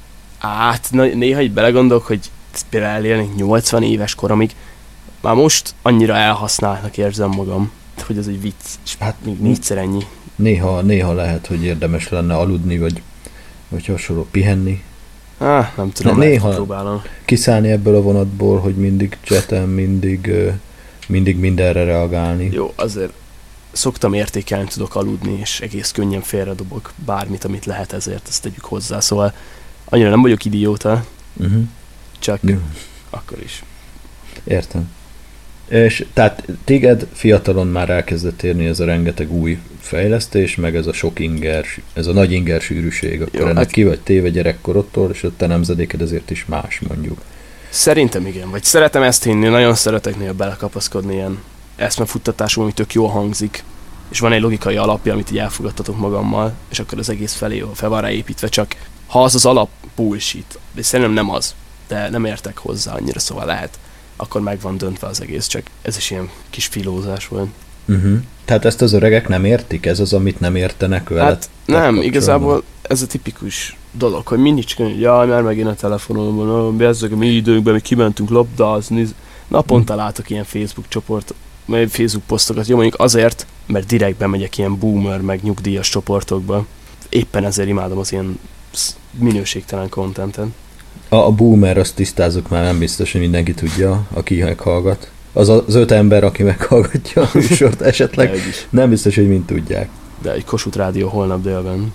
át, néha így belegondolok, hogy például elélnék nyolcvan éves koromig, már most annyira elhasználtnak érzem magam, hogy ez egy vicc, és hát még négyszer ennyi. Néha, néha lehet, hogy érdemes lenne aludni, vagy, vagy hasonló pihenni. Ah, nem tudom, néha próbálom kiszállni ebből a vonatból, hogy mindig chaten, mindig, mindig mindenre reagálni. Jó, azért szoktam értékelni, tudok aludni, és egész könnyen félredobok bármit, amit lehet, ezért ezt tegyük hozzá. Szóval annyira nem vagyok idióta, uh-huh. csak Jó. akkor is. Értem. És tehát téged fiatalon már elkezdett érni ez a rengeteg új fejlesztés, meg ez a sok inger, ez a nagy inger sűrűség, akkor Jó, ennek hát ki vagy téve gyerekkorodtól, és a te nemzedéked ezért is más, mondjuk. Szerintem igen, vagy szeretem ezt hinni, nagyon szeretek néha belekapaszkodni ilyen eszmefuttatású, ami tök jól hangzik, és van egy logikai alapja, amit így elfogadtatok magammal, és akkor az egész felé fel van ráépítve, csak ha az az alap bullshit, de szerintem nem az, de nem értek hozzá annyira, szóval lehet, akkor meg van döntve az egész, csak ez is ilyen kis filózás volt. Uh-huh. Tehát ezt az öregek nem értik? Ez az, amit nem értenek veled? Hát nem, igazából ez a tipikus dolog, hogy mindig csak, hogy jaj, már megint a telefonomban, bezzeg a mi időnkben, mi kimentünk labdázni, naponta hmm. látok ilyen Facebook csoport, Facebook posztokat, jó mondjuk azért, mert direktben megyek ilyen boomer, meg nyugdíjas csoportokba. Éppen ezért imádom az ilyen minőségtelen contentet. A, a boomer, azt tisztázzuk már, nem biztos, hogy mindenki tudja, aki meghallgat. Az az öt ember, aki meghallgatja a műsort esetleg, nem biztos, hogy mind tudják. De egy Kossuth Rádió holnap délben.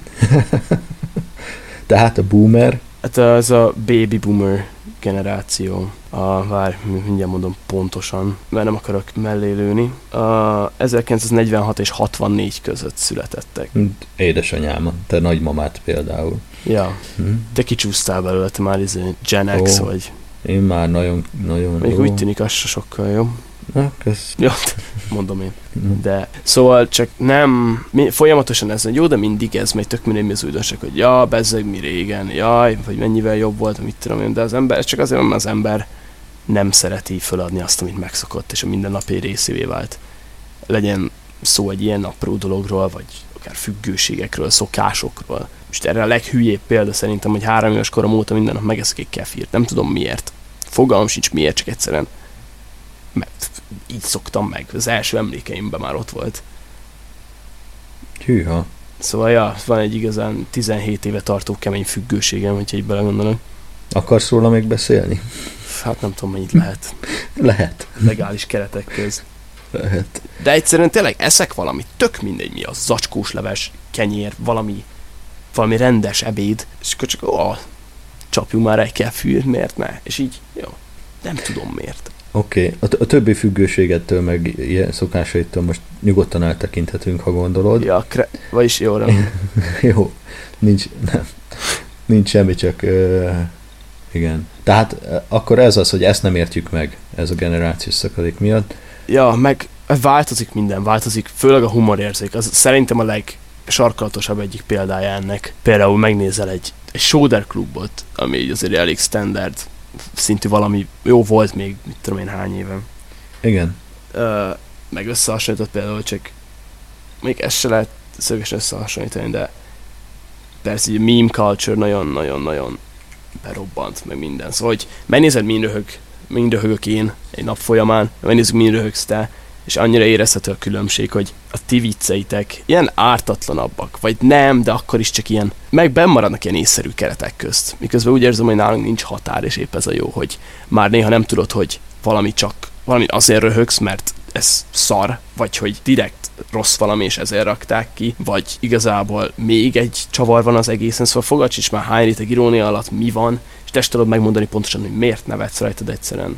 Tehát a boomer? Hát ez a baby boomer generáció. A, vár, mindjárt mondom pontosan, mert nem akarok mellé lőni. A ezerkilencszáznegyvenhat és hatvannégy között születettek. Édesanyám, te nagymamát például. Ja, hm? Te kicsúsztál belőle, te már izé Gen X oh, vagy. Én már nagyon, nagyon... Még úgy tűnik, az sokkal jobb. Na, kösz. Jó, mondom én. De szóval csak nem, mi, folyamatosan ez jó, de mindig ez megy, tök mindegy az újdonság, hogy ja, bezzeg mi régen, jaj, vagy mennyivel jobb volt, mit tudom én, de az ember, csak azért, mert az ember nem szereti föladni azt, amit megszokott, és a mindennapi részévé vált. Legyen szó egy ilyen apró dologról, vagy akár függőségekről, szokásokról. Most erre a leghülyébb példa szerintem, hogy három éves korom óta minden nap megeszek egy kefírt. Nem tudom miért. Fogalmam sincs miért, csak egyszerűen mert így szoktam meg. Az első emlékeimben már ott volt. Hűha. Szóval ja, van egy igazán tizenhét éve tartó kemény függőségem, hogyha így belegondolok. Akarsz róla még beszélni? Hát nem tudom, mennyit lehet. Lehet. Legális keretek köz. Lehet. De egyszerűen tényleg eszek valamit, tök mindegy mi az, zacskós leves, kenyér, valami, valami rendes ebéd, és akkor csak ó, csapjunk már egy kefűrt, miért ne? És így, jó, nem tudom miért. Oké, okay. a, a többi függőségettől, meg ilyen szokásaitól most nyugodtan eltekinthetünk, ha gondolod. Ja, kre... vagyis jó, nem. Jó, nincs, nem, nincs semmi, csak uh, igen. Tehát uh, akkor ez az, hogy ezt nem értjük meg, ez a generációs szakadék miatt. Ja, meg változik minden, változik, főleg a humorérzék. Az szerintem a legsarkalatosabb egyik példája ennek. Például megnézel egy, egy Soder klubot, ami így azért elég standard szintű valami, jó volt még, mit tudom én hány évem. Igen. Ö, meg összehasonlított például, csak még ezt se lehet szögesen összehasonlítani, de persze így a meme culture nagyon-nagyon-nagyon berobbant, meg minden. Szóval, hogy megnézed, mind röhög, mind röhögök én egy nap folyamán, megnézzük, mind röhögsz te, és annyira érezhető a különbség, hogy a ti vicceitek ilyen ártatlanabbak, vagy nem, de akkor is csak ilyen, meg bennmaradnak ilyen észszerű keretek közt. Miközben úgy érzem, hogy nálunk nincs határ, és épp ez a jó, hogy már néha nem tudod, hogy valami csak, valami azért röhögsz, mert ez szar, vagy hogy direkt rossz valami, és ezért rakták ki, vagy igazából még egy csavar van az egészen, szóval fogadj is már hány réteg irónia alatt mi van, és te tudod megmondani pontosan, hogy miért nevetsz rajtad, egyszerűen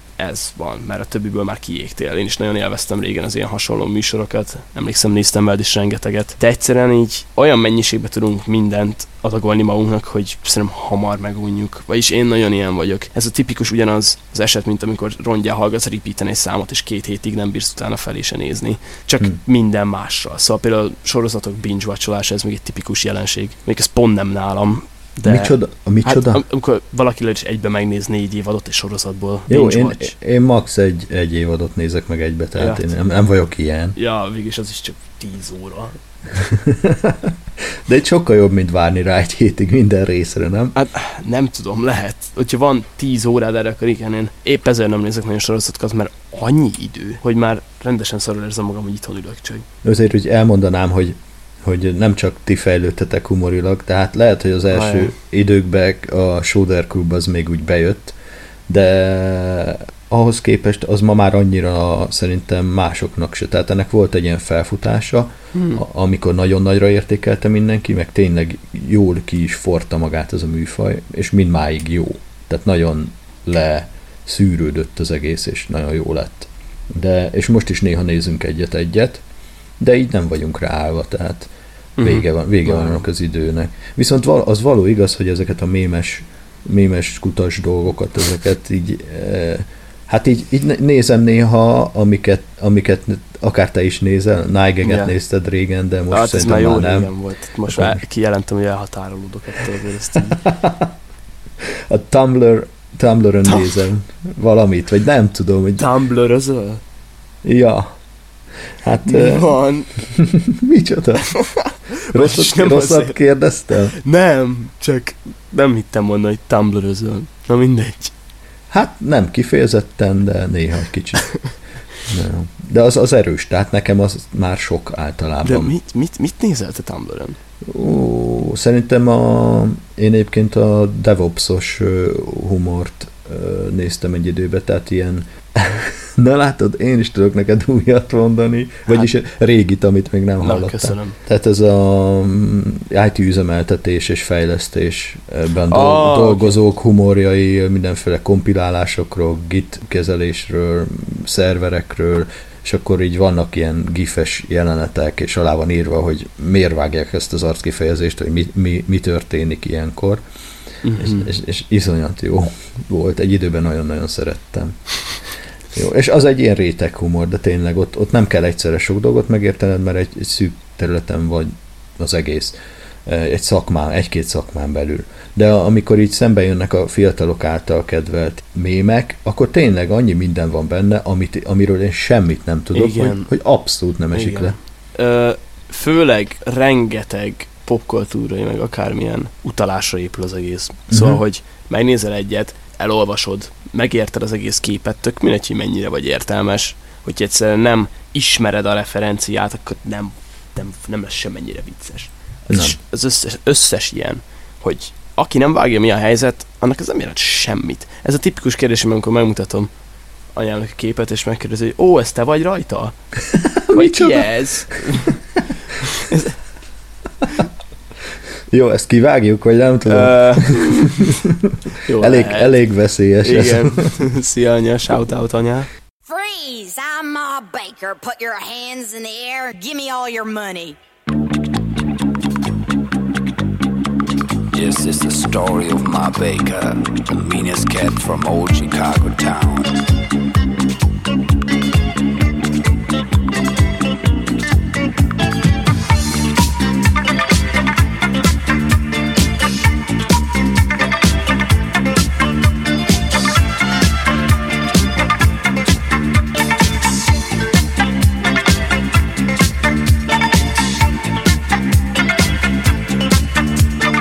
ez van, mert a többiből már kiégtél. Én is nagyon élveztem régen az ilyen hasonló műsorokat, emlékszem, néztem veled is rengeteget, de egyszerűen így olyan mennyiségben tudunk mindent adagolni magunknak, hogy szerintem hamar megunjuk. Vagyis én nagyon ilyen vagyok. Ez a tipikus ugyanaz az eset, mint amikor rongyá hallgatsz repeaten egy számot, és két hétig nem bírsz utána felé se nézni. Csak hmm. minden mással. Szóval például sorozatok binge-watcholása, ez még egy tipikus jelenség. Még ez pont nem nálam. De micsoda? A micsoda? Hát, amikor valaki is egybe megnéz négy évadot egy sorozatból. Jó, én, én max egy, egy évadot nézek meg egybe, tehát ja. én nem, nem vagyok ilyen. Ja, végülis az is csak tíz óra. De egy sokkal jobb, mint várni rá egy hétig minden részre, nem? Hát nem tudom, lehet. Hogyha van tíz órád erre, akkor igen, én épp ezért nem nézek nagyon sorozatokat, mert annyi idő, hogy már rendesen szarul érzem magam, hogy itthon ülök csak. Azért, hogy elmondanám, hogy hogy nem csak ti fejlődtetek humorilag, tehát lehet, hogy az első Ajaj. időkben a Soder Klub az még úgy bejött, de ahhoz képest az ma már annyira szerintem másoknak se. Tehát ennek volt egy ilyen felfutása, hmm. amikor nagyon nagyra értékelte mindenki, meg tényleg jól ki is forta magát ez a műfaj, és mindmáig jó. Tehát nagyon leszűrődött az egész, és nagyon jó lett. De, és most is néha nézünk egyet-egyet, de így nem vagyunk ráállva, tehát vége van, vége van annak az időnek. Viszont az való igaz, hogy ezeket a mémes, mémes kutas dolgokat, ezeket így, hát így, így nézem néha, amiket, amiket akár te is nézel, Nigel-et yeah. nézted régen, de most hát szerintem már, már nem. Volt. Most már kijelentem, hogy elhatárolódok ettől, ezt a Tumblr, Tumblr-ön Tum- nézem valamit, vagy nem tudom, hogy... Tumblr-özöl? Ja. Hát... Mi uh, van? Micsoda? Rosszat, rosszat kérdeztem? Nem, csak nem hittem volna, hogy Tumblr-özöl. Na mindegy. Hát nem kifejezetten, de néha egy kicsit. Nem. De az, az erős, tehát nekem az már sok általában. De mit, mit, mit nézel te Tumblr-ön? Ó, szerintem a, én egyébként a DevOps-os humort néztem egy időben, tehát ilyen na látod, én is tudok neked újat mondani, vagyis hát, régit, amit még nem hallottam. Köszönöm. Tehát ez a í té üzemeltetés és fejlesztésben ah, dolgozók okay. humorjai, mindenféle kompilálásokról, Git kezelésről, szerverekről, és akkor így vannak ilyen gifes jelenetek, és alá van írva, hogy miért vágják ezt az arckifejezést, hogy mi, mi, mi történik ilyenkor. Mm-hmm. És, és, és iszonyat jó volt. Egy időben nagyon-nagyon szerettem. Jó, és az egy ilyen réteg humor, de tényleg ott, ott nem kell egyszerre sok dolgot megértened, mert egy, egy szűk területen vagy az egész. Egy szakmán, egy-két szakmán belül. De amikor így szembe jönnek a fiatalok által kedvelt mémek, akkor tényleg annyi minden van benne, amit, amiről én semmit nem tudok, hogy, hogy abszolút nem esik Igen. le. Ö, főleg rengeteg popkultúrai, meg akármilyen utalásra épül az egész. Szóval, uh-huh. hogy megnézel egyet, elolvasod, megérted az egész képet, tök mindegy, hogy mennyire vagy értelmes, hogy egyszerűen nem ismered a referenciát, akkor nem, nem, nem lesz semmennyire vicces. Ez az összes, összes ilyen, hogy aki nem vágja, mi a helyzet, annak ez nem jelent semmit. Ez a tipikus kérdésem, amikor megmutatom anyának a képet, és megkérdezi, hogy ó, ez te vagy rajta? Vagy ki ez? ez... Jó, ezt kivágjuk, vagy nem tudom? Uh, jó, elég, elég veszélyes. Igen. Szia, anya, shout out, anya. Freeze! I'm Ma Baker. Put your hands in the air. Give me all your money. This is the story of Ma Baker, the meanest cat from old Chicago town.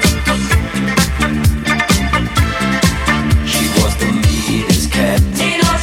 Ain't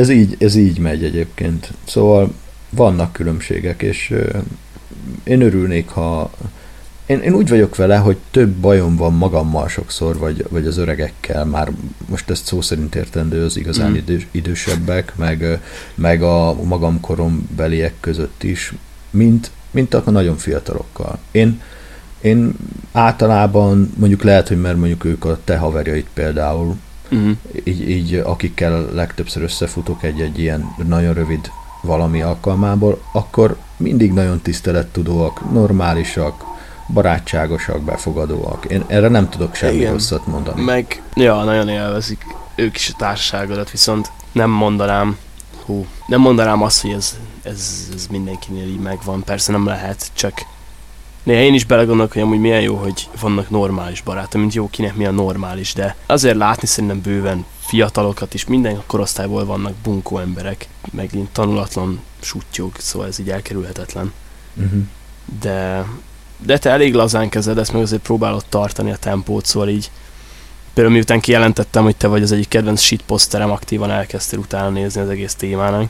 ez így, ez így megy egyébként. Szóval vannak különbségek, és uh, én örülnék, ha... Én, én úgy vagyok vele, hogy több bajom van magammal sokszor, vagy, vagy az öregekkel, már most ezt szó szerint értendő az igazán mm. idő, idősebbek, meg, meg a magam korombeliek között is, mint, mint a nagyon fiatalokkal. Én, én általában, mondjuk lehet, hogy mert mondjuk ők a te haverjaid például, mm. így, így akikkel legtöbbször összefutok egy-egy ilyen nagyon rövid valami alkalmából, akkor mindig nagyon tisztelettudóak, normálisak, barátságosak, befogadóak. Én erre nem tudok semmi Igen. rosszat mondani. Meg, ja, nagyon élvezik ők is a társaságodat, viszont nem mondanám, hú, nem mondanám azt, hogy ez, ez, ez mindenkinél így megvan. Persze nem lehet, csak néha én is belegondolok, hogy amúgy milyen jó, hogy vannak normális barátok, mint jó, kinek mi a normális, de azért látni szerintem bőven fiatalokat is, minden korosztályból vannak bunkó emberek, meg így tanulatlan suttyók, szóval ez így elkerülhetetlen. Uh-huh. De de te elég lazán kezed, ezt meg azért próbálod tartani a tempót, szóval így például miután kijelentettem, hogy te vagy az egyik kedvenc shitposterem, aktívan elkezdtél utána nézni az egész témának.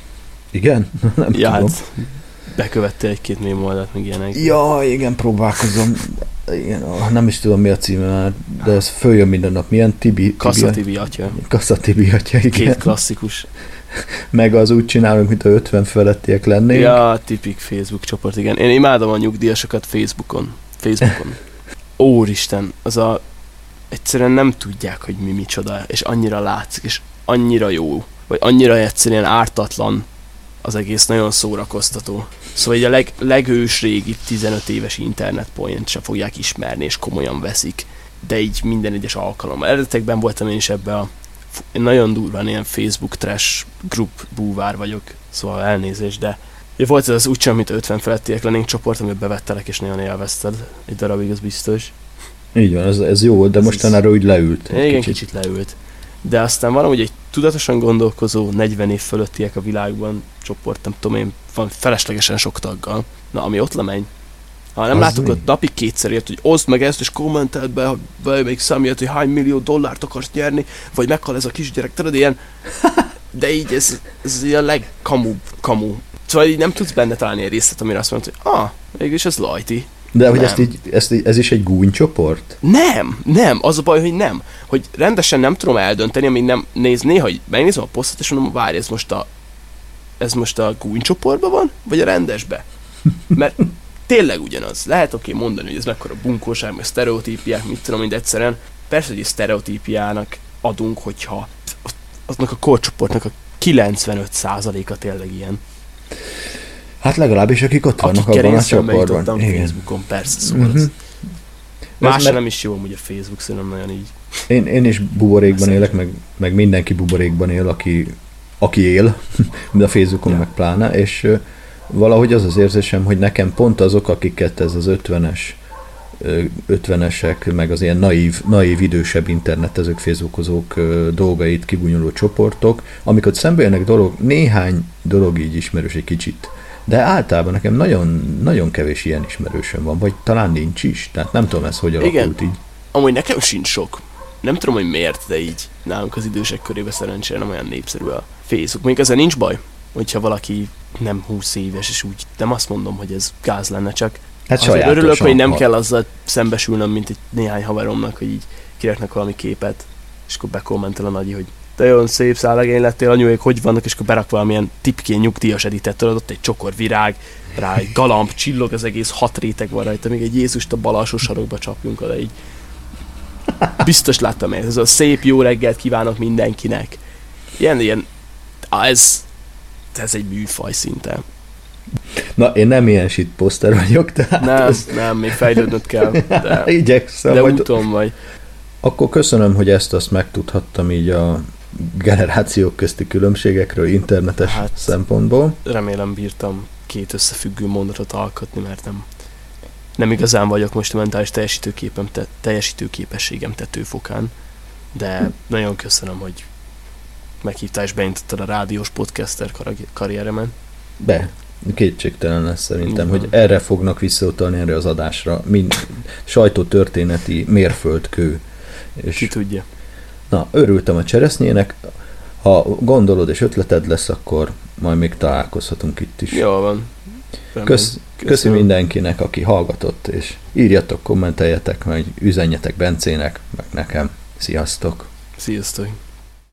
Igen? Nem ja, tudom. Hát bekövettél egy-két mém oldalt, meg ilyenek. Ja, igen, próbálkozom. Igen, nem is tudom mi a címe, de ez följön minden nap. Milyen Tibi? Kassa Tibi atya. Kassa Tibi atya, igen. Két klasszikus. Meg az úgy csinálunk, mint a ötven felettiek lennénk. Ja, tipik Facebook csoport, igen. Én imádom a nyugdíjasokat Facebookon. Facebookon. Úristen, az a... Egyszerűen nem tudják, hogy mi micsoda, és annyira látszik, és annyira jó, vagy annyira egyszerűen ártatlan az egész, nagyon szórakoztató. Szóval így a leg, legős régi tizenöt éves internetpoint sem fogják ismerni, és komolyan veszik. De így minden egyes alkalommal. Eredetekben voltam én is ebbe a... Én nagyon durván ilyen Facebook trash group búvár vagyok, szóval elnézés, de volt ez az úgy sem, mint ötven felettiek lennénk csoport, amiben bevettelek, és nagyon élvezted. Egy darabig, az biztos. Így van, ez, ez jó, de mostanára úgy leült. Igen, kicsit. kicsit leült. De aztán van úgy egy tudatosan gondolkozó negyven év fölöttiek a világban csoport, nem tudom én, van feleslegesen sok taggal. Na, ami ott lemegy. Ha nem láttuk, ott napi kétszer ért, hogy oszd meg ezt, és kommenteld be, be még számját, hogy hány millió dollárt akarsz nyerni, vagy meghal ez a kisgyerek, tudod, ilyen. De így ez, ez a legkamu, kamu. Szóval így nem tudsz benne találni egy részlet, amire azt mondod, hogy ah, mégis ez lajti. De hogy ezt így, ezt így, ez is egy gúnycsoport? Nem, nem, az a baj, hogy nem. Hogy rendesen nem tudom eldönteni, amíg nem néz, néha, hogy megnézem a posztot, és mondom, várj, ez most a ez most a gúnycsoportban van, vagy a rendesbe? Mert tényleg ugyanaz. Lehet oké okay mondani, hogy ez mekkora bunkóság, meg sztereotípiák, mit tudom, mind egyszerűen. Persze, hogy egy sztereotípiának adunk, hogyha aznak a korcsoportnak a kilencvenöt százaléka tényleg ilyen. Hát legalábbis akik ott vannak abban a csoportban. Igen. Facebookon, persze, szóval mm-hmm. Másra mert... nem is jó, hogy a Facebook szerintem nagyon így. Én, én is buborékban élek, meg, meg mindenki buborékban él, aki, aki él, de a Facebookon ja. meg pláne, és uh, valahogy az az érzésem, hogy nekem pont azok, akiket ez az ötvenes, ötvenesek, meg az ilyen naív, naív idősebb internetezők, facebookozók uh, dolgait kibúnyoló csoportok, amikor szembe jönnek dolog, néhány dolog így ismerős egy kicsit, de általában nekem nagyon, nagyon kevés ilyen ismerősöm van, vagy talán nincs is, tehát nem tudom ez hogy alakult. Igen. Így. Amúgy nekem sincs sok. Nem tudom, hogy miért, de így nálunk az idősek körében szerencsére nem olyan népszerű a Facebook. Még ezzel nincs baj, hogyha valaki nem húsz éves, és úgy nem azt mondom, hogy ez gáz lenne, csak hát azért örülök, hogy nem kell azzal szembesülnöm, mint egy néhány haveromnak, hogy így kiraknak valami képet, és akkor bekommentel a nagyi, hogy te olyan szép szállegény lettél, anyuék, hogy vannak, és akkor berak valamilyen tipkén nyugdíjas editet, tudod, ott egy csokor virág, rá egy galamb, csillog az egész, hat réteg van rajta, még egy Jézust a bal alsó sarokba csapjunk oda, így. Biztos láttam ezt, ez a szép jó reggelt kívánok mindenkinek. Ilyen, ilyen, ez, ez egy műfaj szinten. Na, én nem ilyen shitposter vagyok, tehát... Nem, ez... nem, még fejlődnöd kell, de, igyekszem, de úton vagy. Akkor köszönöm, hogy ezt-azt megtudhattam így a generációk közti különbségekről internetes hát, szempontból. Remélem bírtam két összefüggő mondatot alkotni, mert nem, nem igazán vagyok most a mentális teljesítőképem, te, teljesítőképességem tetőfokán, de nagyon köszönöm, hogy meghívtál és beindítottad a rádiós podcaster karrieremen. Be, kétségtelen lesz szerintem, igen. Hogy erre fognak visszautalni erre az adásra, mind sajtótörténeti mérföldkő. És ki tudja. Na, örültem a cseresznyének. Ha gondolod és ötleted lesz, akkor majd még találkozhatunk itt is. Jól van. Kösz, köszi mindenkinek, aki hallgatott, és írjatok, kommenteljetek, meg üzenjetek Bencének, meg nekem. Sziasztok! Sziasztok!